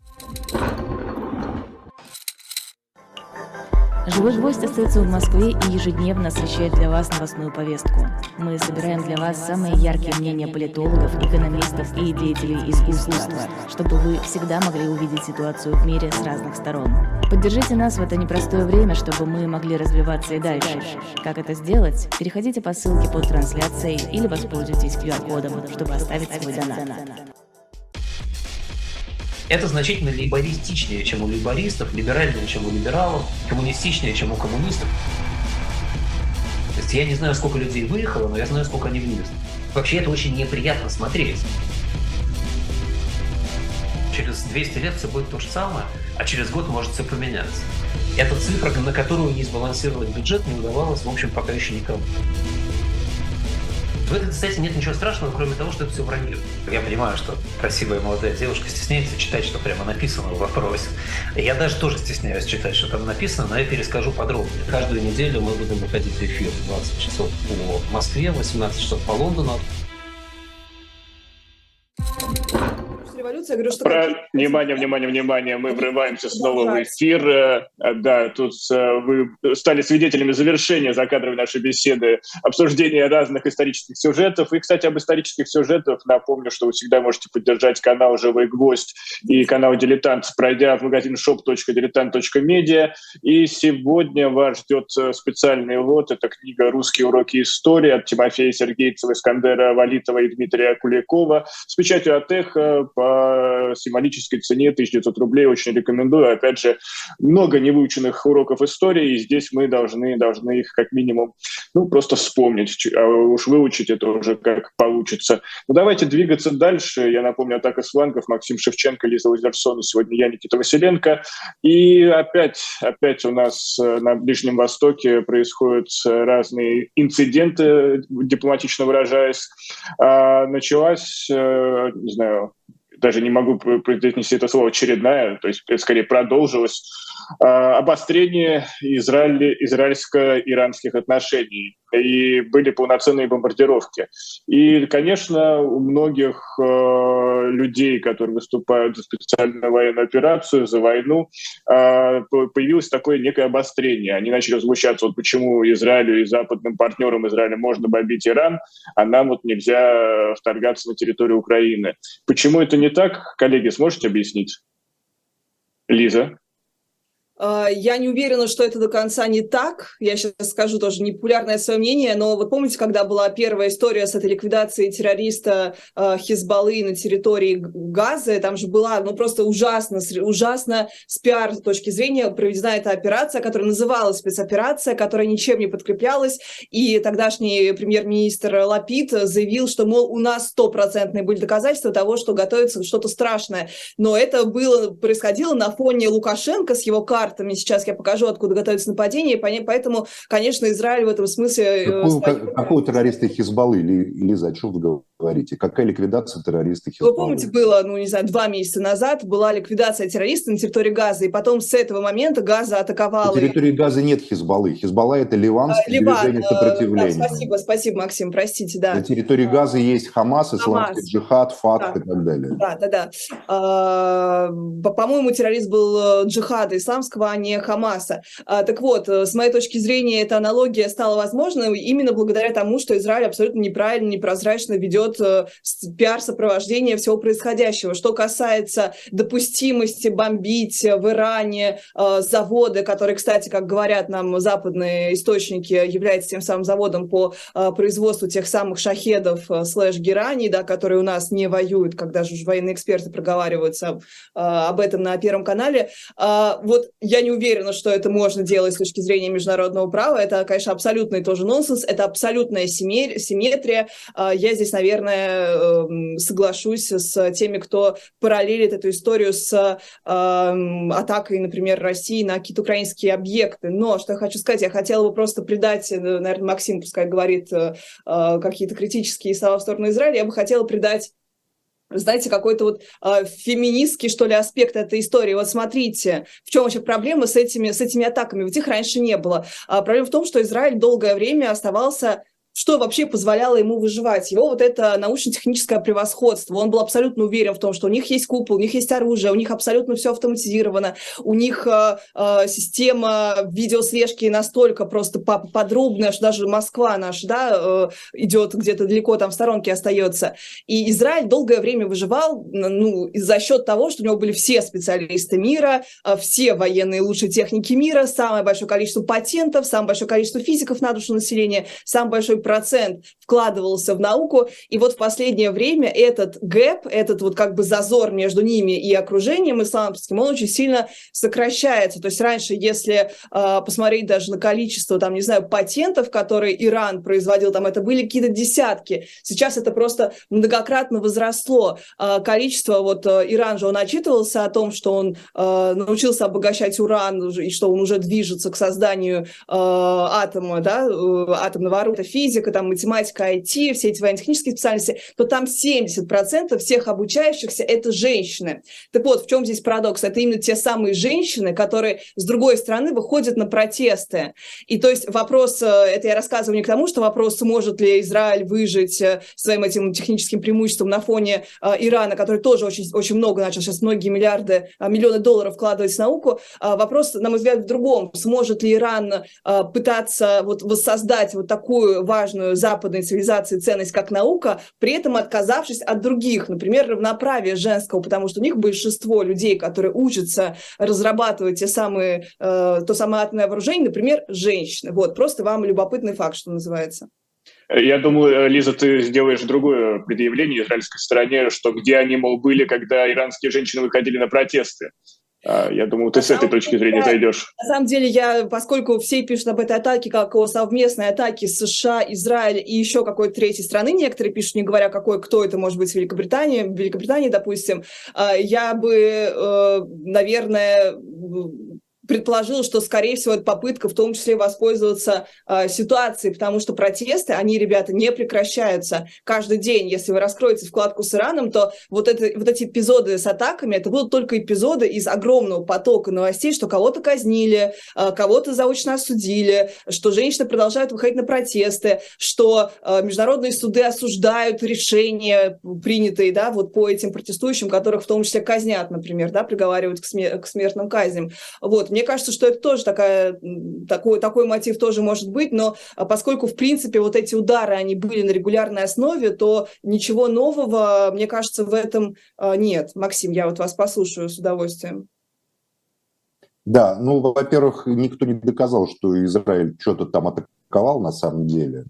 «Живой гвоздь» остается в Москве и ежедневно освещает для вас новостную повестку. Мы собираем для вас самые яркие мнения политологов, экономистов и деятелей искусства, чтобы вы всегда могли увидеть ситуацию в мире с разных сторон. Поддержите нас в это непростое время, чтобы мы могли развиваться и дальше. Как это сделать? Переходите по ссылке под трансляцией или воспользуйтесь ку ар-кодом, чтобы оставить свой донат. Это значительно лейбористичнее, чем у лейбористов, либеральнее, чем у либералов, коммунистичнее, чем у коммунистов. То есть я не знаю, сколько людей выехало, но я знаю, сколько они влезли. Вообще это очень неприятно смотреть. Через двести лет все будет то же самое, а через год может все поменяться. Это цифра, на которую не сбалансировать бюджет не удавалось, в общем, пока еще никому. В этой, кстати, нет ничего страшного, кроме того, что это все вранье. Я понимаю, что красивая молодая девушка стесняется читать, что прямо написано в вопросе. Я даже тоже стесняюсь читать, что там написано, но я перескажу подробнее. Каждую неделю мы будем выходить в эфир в двадцать часов по Москве, восемнадцать часов по Лондону. Я говорю, что Про... Внимание, внимание, внимание, мы врываемся снова в эфир. Да, тут вы стали свидетелями завершения закадровой нашей беседы, обсуждения разных исторических сюжетов. И, кстати, об исторических сюжетах напомню, что вы всегда можете поддержать канал «Живой гвоздь» и канал «Дилетант», пройдя в магазин шоп точка дилетант точка медиа. И сегодня вас ждет специальный лот. Это книга «Русские уроки истории» от Тимофея Сергейцева, Искандера Валитова и Дмитрия Куликова с печатью от «Эхо» по символической цене тысяча девятьсот рублей. Очень рекомендую. Опять же, много невыученных уроков истории, и здесь мы должны, должны их как минимум ну, просто вспомнить. А уж выучить это уже как получится. Ну, давайте двигаться дальше. Я напомню, «Атака с флангов», Максим Шевченко, Лиза Лазерсон, и сегодня я, Никита Василенко. И опять, опять у нас на Ближнем Востоке происходят разные инциденты, дипломатично выражаясь. А, началась, не знаю, даже не могу произнести это слово, очередная, то есть это скорее продолжилось, э, обострение Израиль, израильско-иранских отношений. И были полноценные бомбардировки. И, конечно, у многих э, людей, которые выступают за специальную военную операцию, за войну, э, появилось такое некое обострение. Они начали возмущаться, вот почему Израилю и западным партнерам Израиля можно бомбить Иран, а нам вот нельзя вторгаться на территорию Украины. Почему это не так, коллеги, сможете объяснить? Лиза? Я не уверена, что это до конца не так. Я сейчас скажу тоже непопулярное свое мнение, но вы помните, когда была первая история с этой ликвидацией террориста э, Хизбаллы на территории Газы, там же была ну, просто ужасно, ужасно с пиар точки зрения проведена эта операция, которая называлась спецоперация, которая ничем не подкреплялась, и тогдашний премьер-министр Лапид заявил, что, мол, у нас стопроцентные были доказательства того, что готовится что-то страшное. Но это было, происходило на фоне Лукашенко с его картой. Сейчас я покажу, откуда готовится нападение, поэтому, конечно, Израиль в этом смысле... Какого, какого террориста Хизбаллы, Лиза, о чем вы говорите? Какая ликвидация террористов Вы Хизбаллы? помните, было, ну, не знаю, два месяца назад была ликвидация террористов на территории Газа, и потом с этого момента Газа атаковала... На территории Газа нет Хизбаллы. Хизбалла – это ливанское Ливан, движение э, сопротивления. да, спасибо, спасибо, Максим, простите, да. На территории Газа есть Хамас, Исламский Хамас. джихад, Фатх Да. и так далее. Да, да, да. А, по-моему, террорист был джихада исламского, а не Хамаса. А, так вот, с моей точки зрения, эта аналогия стала возможной именно благодаря тому, что Израиль абсолютно неправильно, непрозрачно ведет пиар-сопровождение всего происходящего. Что касается допустимости бомбить в Иране заводы, которые, кстати, как говорят нам западные источники, являются тем самым заводом по производству тех самых шахедов слэш-гераний, да, которые у нас не воюют, когда же военные эксперты проговариваются об этом на Первом канале. Вот я не уверена, что это можно делать с точки зрения международного права. Это, конечно, абсолютный тоже нонсенс, это абсолютная симметрия. Я здесь, наверное, соглашусь с теми, кто параллелит эту историю с атакой, например, России на какие-то украинские объекты. Но, что я хочу сказать, я хотела бы просто придать, наверное, Максим пускай говорит какие-то критические слова в сторону Израиля, я бы хотела придать, знаете, какой-то вот э, феминистский, что ли, аспект этой истории. Вот смотрите, в чем вообще проблема с этими, с этими атаками? Вот их раньше не было. А проблема в том, что Израиль долгое время оставался... Что вообще позволяло ему выживать? Его вот это научно-техническое превосходство. Он был абсолютно уверен в том, что у них есть купол, у них есть оружие, у них абсолютно все автоматизировано, у них э, э, система видеослежки настолько просто подробная, что даже Москва наша, да, э, идет где-то далеко, там в сторонке остается. И Израиль долгое время выживал, ну, за счет того, что у него были все специалисты мира, э, все военные лучшие техники мира, самое большое количество патентов, самое большое количество физиков на душу населения, самый большой процент вкладывался в науку, и вот в последнее время этот гэп, этот вот как бы зазор между ними и окружением исламским, он очень сильно сокращается. То есть раньше, если э, посмотреть даже на количество, там, не знаю, патентов, которые Иран производил, там это были какие-то десятки. Сейчас это просто многократно возросло. Э, количество, вот э, Иран же, он отчитывался о том, что он э, научился обогащать уран, и что он уже движется к созданию э, атома, да, э, атомного оружия, физика, там, математика, ай ти, все эти военно-технические специальности, то там семьдесят процентов всех обучающихся – это женщины. Так вот, в чем здесь парадокс? Это именно те самые женщины, которые, с другой стороны, выходят на протесты. И то есть вопрос, это я рассказываю не к тому, что вопрос, сможет ли Израиль выжить своим этим техническим преимуществом на фоне Ирана, который тоже очень, очень много начал сейчас многие миллиарды, миллионы долларов вкладывать в науку. Вопрос, на мой взгляд, в другом. Сможет ли Иран пытаться вот воссоздать вот такую важную западной цивилизации ценность, как наука, при этом отказавшись от других, например, равноправия женского, потому что у них большинство людей, которые учатся разрабатывать те самые, э, то самое атомное вооружение, например, женщины. Вот, просто вам любопытный факт, что называется. Я думаю, Лиза, ты сделаешь другое предъявление израильской стороне, что где они, мол, были, когда иранские женщины выходили на протесты. Я думаю, ты на с этой точки зрения я, зайдешь. На самом деле, я, поскольку все пишут об этой атаке как о совместной атаке США, Израиль и еще какой-то третьей страны, некоторые пишут, не говоря, какой, кто это может быть, Великобритания, Великобритания, допустим, я бы, наверное, предположил, что, скорее всего, это попытка в том числе воспользоваться э, ситуацией, потому что протесты, они, ребята, не прекращаются каждый день. Если вы раскроете вкладку с Ираном, то вот, это, вот эти эпизоды с атаками, это будут только эпизоды из огромного потока новостей, что кого-то казнили, э, кого-то заочно осудили, что женщины продолжают выходить на протесты, что э, международные суды осуждают решения, принятые, да, вот по этим протестующим, которых в том числе казнят, например, да, приговаривают к, смер- к смертным казням. Вот. Мне кажется, что это тоже такая, такой, такой мотив тоже может быть, но поскольку, в принципе, вот эти удары, они были на регулярной основе, то ничего нового, мне кажется, в этом нет. Максим, я вот вас послушаю с удовольствием. Да, ну, во-первых, никто не доказал, что Израиль что-то там атаковал на самом деле.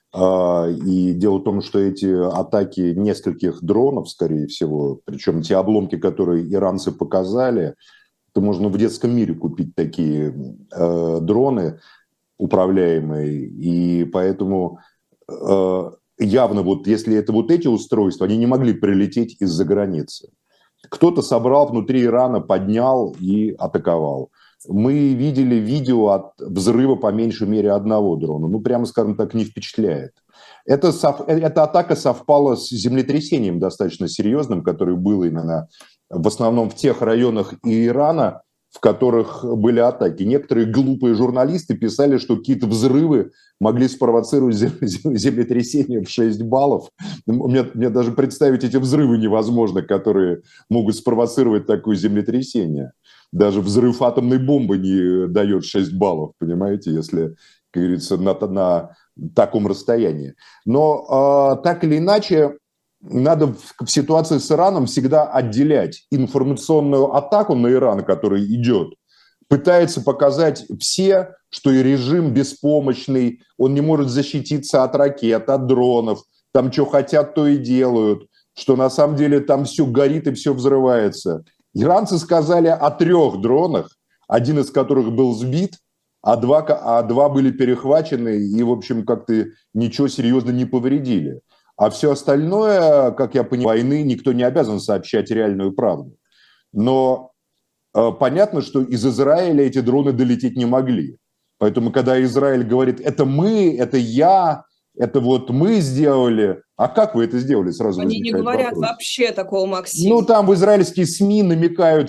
И дело в том, что эти атаки нескольких дронов, скорее всего, причем те обломки, которые иранцы показали, то можно в детском мире купить такие э, дроны управляемые, и поэтому э, явно вот если это вот эти устройства, они не могли прилететь из-за границы. Кто-то собрал внутри Ирана, поднял и атаковал. Мы видели видео от взрыва по меньшей мере одного дрона. Ну, прямо, скажем так, не впечатляет. Это, сов... Эта атака совпала с землетрясением достаточно серьезным, которое было именно в основном в тех районах Ирана, в которых были атаки. Некоторые глупые журналисты писали, что какие-то взрывы могли спровоцировать землетрясение в шесть баллов. Мне, мне даже представить эти взрывы невозможно, которые могут спровоцировать такое землетрясение. Даже взрыв атомной бомбы не дает шесть баллов, понимаете, если, как говорится, на, на таком расстоянии. Но э, так или иначе, надо в, в ситуации с Ираном всегда отделять информационную атаку на Иран, которая идет, пытается показать все, что и режим беспомощный, он не может защититься от ракет, от дронов, там что хотят, то и делают, что на самом деле там все горит и все взрывается. Иранцы сказали о трех дронах, один из которых был сбит, а два, а два были перехвачены и, в общем, как-то ничего серьезно не повредили. А все остальное, как я понимаю, войны никто не обязан сообщать реальную правду. Но э, понятно, что из Израиля эти дроны долететь не могли. Поэтому, когда Израиль говорит, это мы, это я, это вот мы сделали, а как вы это сделали, сразу Они не говорят вопрос. Вообще такого, Максим. Ну, там в израильские СМИ намекают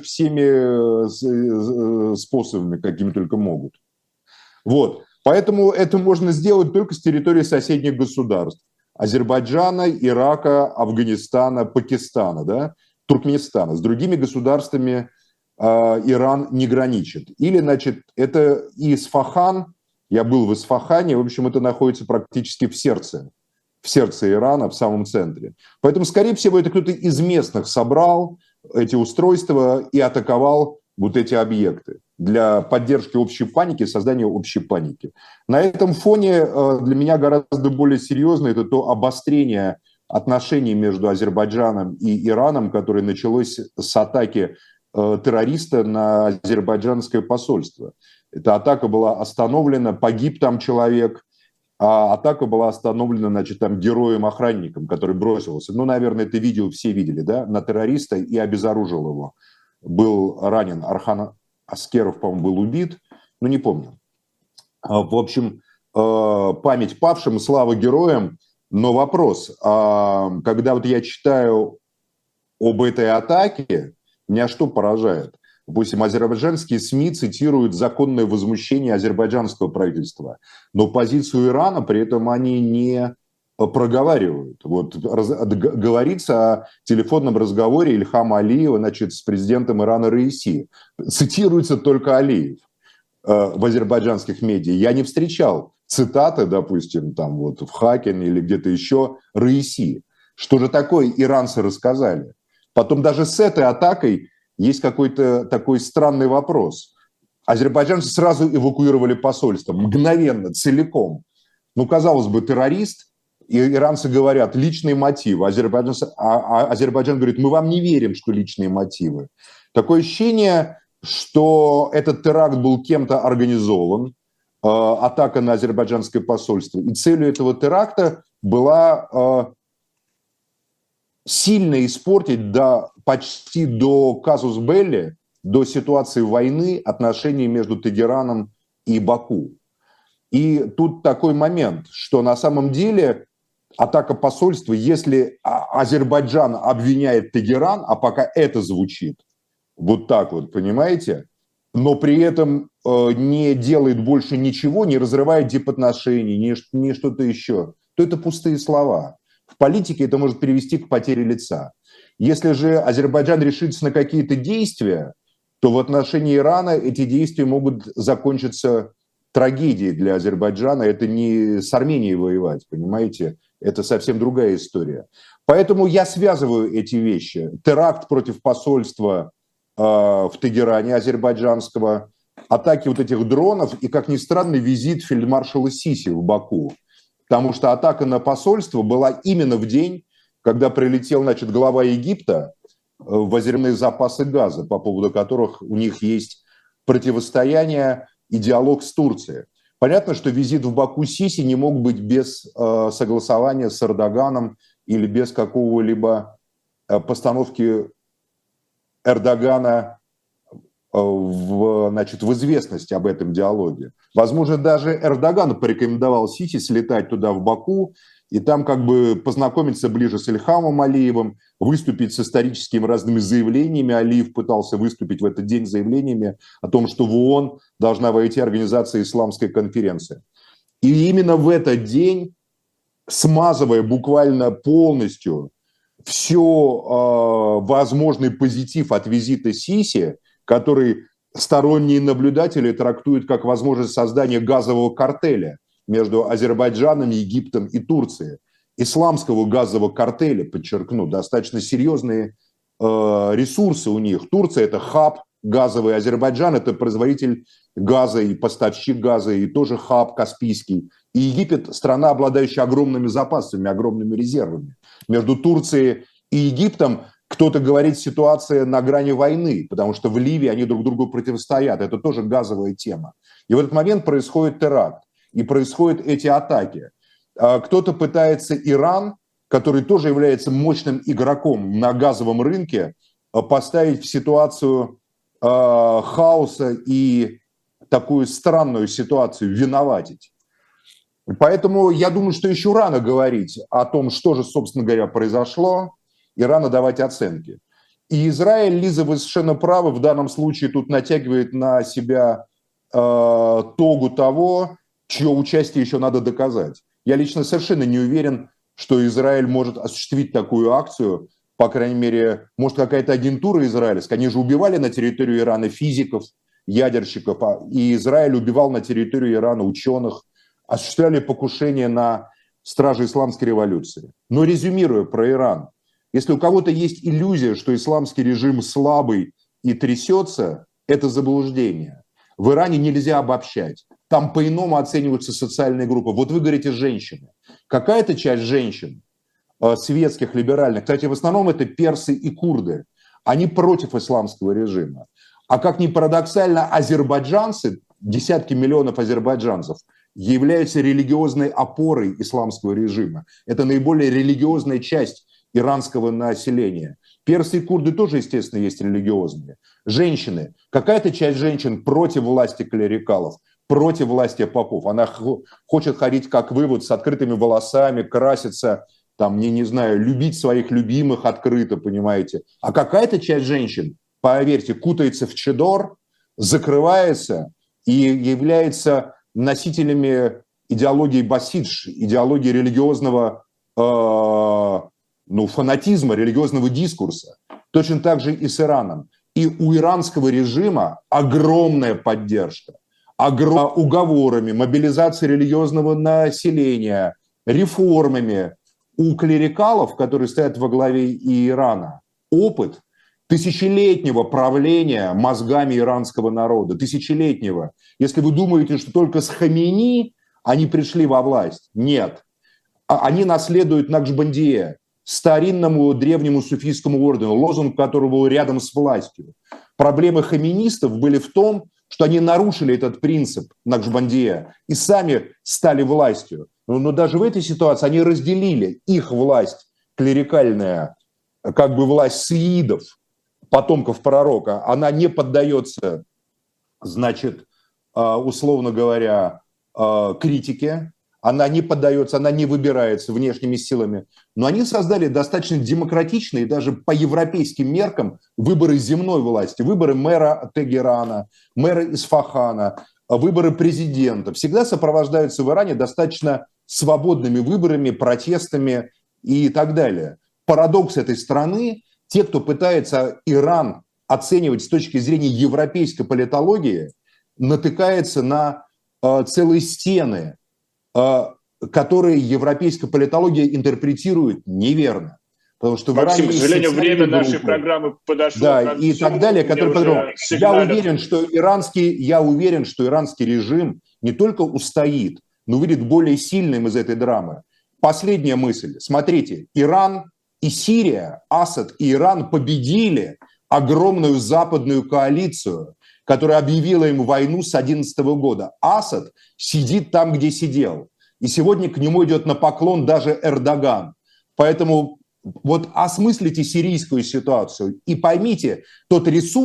всеми способами, какими только могут. Вот. Поэтому это можно сделать только с территории соседних государств. Азербайджана, Ирака, Афганистана, Пакистана, да, Туркменистана. С другими государствами э, Иран не граничит. Или, значит, это Исфахан, я был в Исфахане, в общем, это находится практически в сердце, в сердце Ирана, в самом центре. Поэтому, скорее всего, это кто-то из местных собрал эти устройства и атаковал вот эти объекты для поддержки общей паники, создания общей паники. На этом фоне для меня гораздо более серьезно это то обострение отношений между Азербайджаном и Ираном, которое началось с атаки террориста на азербайджанское посольство. Эта атака была остановлена, погиб там человек, а атака была остановлена, значит, там героем-охранником, который бросился. Ну, наверное, это видео все видели, да, на террориста и обезоружил его. Был ранен Архан Аскеров, по-моему, был убит, ну, не помню. В общем, память павшим, слава героям. Но вопрос, когда вот я читаю об этой атаке, меня что поражает? Допустим, азербайджанские СМИ цитируют законное возмущение азербайджанского правительства, но позицию Ирана при этом они не проговаривают. Вот раз, говорится о телефонном разговоре Ильхама Алиева, значит, с президентом Ирана Раиси. Цитируется только Алиев э, в азербайджанских медиа. Я не встречал цитаты, допустим, там вот в Хакине или где-то еще Раиси. Что же такое иранцы рассказали? Потом даже с этой атакой есть какой-то такой странный вопрос. Азербайджанцы сразу эвакуировали посольство, мгновенно, целиком. Ну, казалось бы, террорист, и иранцы говорят, личные мотивы. Азербайджан, а, а Азербайджан говорит, мы вам не верим, что личные мотивы. Такое ощущение, что этот теракт был кем-то организован, э, атака на азербайджанское посольство. И целью этого теракта была э, сильно испортить до, почти до казус белли, до ситуации войны, отношения между Тегераном и Баку. И тут такой момент, что на самом деле атака посольства, если Азербайджан обвиняет Тегеран, а пока это звучит вот так вот, понимаете, но при этом э, не делает больше ничего, не разрывает дипотношений, не, не что-то еще, то это пустые слова. В политике это может привести к потере лица. Если же Азербайджан решится на какие-то действия, то в отношении Ирана эти действия могут закончиться трагедией для Азербайджана. Это не с Арменией воевать, понимаете? Это совсем другая история. Поэтому я связываю эти вещи. Теракт против посольства э, в Тегеране азербайджанского, атаки вот этих дронов и, как ни странно, визит фельдмаршала Сиси в Баку. Потому что атака на посольство была именно в день, когда прилетел, значит, глава Египта в озерные запасы газа, по поводу которых у них есть противостояние и диалог с Турцией. Понятно, что визит в Баку Сиси не мог быть без э, согласования с Эрдоганом или без какого-либо э, постановки Эрдогана в, значит, в известность об этом диалоге. Возможно, даже Эрдоган порекомендовал Сиси слетать туда, в Баку, и там как бы познакомиться ближе с Ильхамом Алиевым, выступить с историческими разными заявлениями. Алиев пытался выступить в этот день с заявлениями о том, что в ООН должна войти организация «Исламская конференция». И именно в этот день, смазывая буквально полностью все э, возможный позитив от визита Сиси, который сторонние наблюдатели трактуют как возможность создания газового картеля между Азербайджаном, Египтом и Турцией. Исламского газового картеля, подчеркну, достаточно серьезные э, ресурсы у них. Турция – это хаб газовый, Азербайджан – это производитель газа и поставщик газа, и тоже хаб Каспийский. И Египет – страна, обладающая огромными запасами, огромными резервами. Между Турцией и Египтом кто-то говорит, ситуация на грани войны, потому что в Ливии они друг другу противостоят. Это тоже газовая тема. И в этот момент происходит теракт, и происходят эти атаки. Кто-то пытается Иран, который тоже является мощным игроком на газовом рынке, поставить в ситуацию хаоса и такую странную ситуацию виноватить. Поэтому я думаю, что еще рано говорить о том, что же, собственно говоря, произошло, и рано давать оценки. И Израиль, Лиза, вы совершенно правы, в данном случае тут натягивает на себя э, тогу того, чье участие еще надо доказать. Я лично совершенно не уверен, что Израиль может осуществить такую акцию, по крайней мере, может, какая-то агентура израильская. Они же убивали на территорию Ирана физиков, ядерщиков, и Израиль убивал на территорию Ирана ученых, осуществляли покушения на стражи исламской революции. Но резюмируя про Иран, если у кого-то есть иллюзия, что исламский режим слабый и трясется, это заблуждение. В Иране нельзя обобщать. Там по-иному оцениваются социальные группы. Вот вы говорите женщины. Какая-то часть женщин, светских, либеральных, кстати, в основном это персы и курды, они против исламского режима. А как ни парадоксально, азербайджанцы, десятки миллионов азербайджанцев, являются религиозной опорой исламского режима. Это наиболее религиозная часть иранского населения. Персы и курды тоже, естественно, есть религиозные. Женщины. Какая-то часть женщин против власти клерикалов, против власти попов. Она хочет ходить, как вы, вот, с открытыми волосами, краситься, там, не, не знаю, любить своих любимых открыто, понимаете. А какая-то часть женщин, поверьте, кутается в чадор, закрывается и является носителями идеологии басидж, идеологии религиозного э, ну, фанатизма, религиозного дискурса. Точно так же и с Ираном. И у иранского режима огромная поддержка, огром... уговорами, мобилизацией религиозного населения, реформами. У клерикалов, которые стоят во главе Ирана, опыт тысячелетнего правления мозгами иранского народа, тысячелетнего. Если вы думаете, что только с Хамейни они пришли во власть, нет. Они наследуют Накшбандие, старинному древнему суфийскому ордену, лозунг которого был рядом с властью. Проблемы хамейнистов были в том, что они нарушили этот принцип Накшбандия и сами стали властью. Но, но даже в этой ситуации они разделили их власть клерикальная, как бы власть сиидов, потомков пророка. Она не поддается, значит, условно говоря, критике. Она не поддается, она не выбирается внешними силами. Но они создали достаточно демократичные, даже по европейским меркам, выборы земной власти. Выборы мэра Тегерана, мэра Исфахана, выборы президента. Всегда сопровождаются в Иране достаточно свободными выборами, протестами и так далее. Парадокс этой страны, те, кто пытается Иран оценивать с точки зрения европейской политологии, натыкается на э, целые стены, которые европейская политология интерпретирует неверно. Потому что Максим, к сожалению, время нашей программы подошло да, к концу. И так далее. Который, я, уверен, что иранский, я уверен, что иранский режим не только устоит, но выйдет более сильным из этой драмы. Последняя мысль. Смотрите, Иран и Сирия, Асад и Иран победили огромную западную коалицию, которая объявила ему войну с две тысячи одиннадцатого года. Асад сидит там, где сидел. И сегодня к нему идет на поклон даже Эрдоган. Поэтому вот осмыслите сирийскую ситуацию и поймите тот ресурс,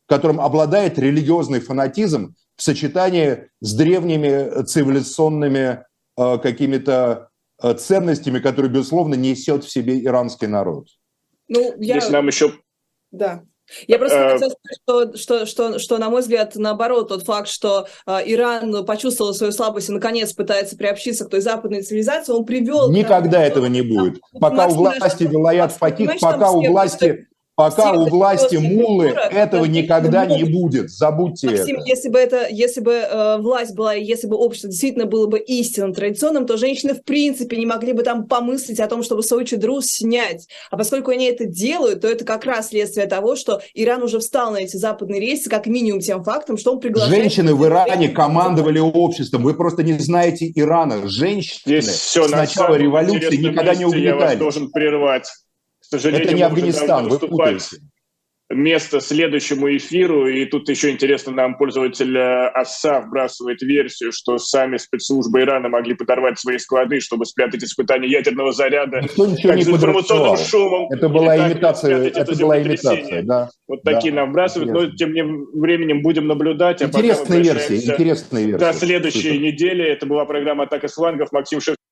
которым обладает религиозный фанатизм в сочетании с древними цивилизационными э, какими-то э, ценностями, которые, безусловно, несет в себе иранский народ. Ну, я... Здесь нам еще... Да. Я просто хотела сказать, что, что, что, что, на мой взгляд, наоборот, тот факт, что э, Иран почувствовал свою слабость и, наконец, пытается приобщиться к той западной цивилизации, он привел... Никогда тому, этого не будет. Там, пока у власти Вилаят Факих, пока у власти... Пока у власти муллы, этого никогда не будет. Забудьте Максим, это. Если бы, это, если бы э, власть была, если бы общество действительно было бы истинно традиционным, то женщины в принципе не могли бы там помыслить о том, чтобы свою чедру снять. А поскольку они это делают, то это как раз следствие того, что Иран уже встал на эти западные рельсы, как минимум тем фактом, что он приглашает... Женщины в Иране командовали обществом. Вы просто не знаете Ирана. Женщины с начала революции никогда не угнетали. Я вас должен прервать. К сожалению, это не Афганистан, вы путаете. Место следующему эфиру, и тут еще интересно, нам пользователь ОСА вбрасывает версию, что сами спецслужбы Ирана могли подорвать свои склады, чтобы спрятать испытания ядерного заряда. Никто ничего не подорвал. Шумом, это была имитация, это была имитация, да. Вот да, такие нам вбрасывают, интересно. Но тем временем будем наблюдать. Интересная а версия, интересная версия. До следующей Супер. недели. Это была программа «Атака с флангов». Максим Шевченко.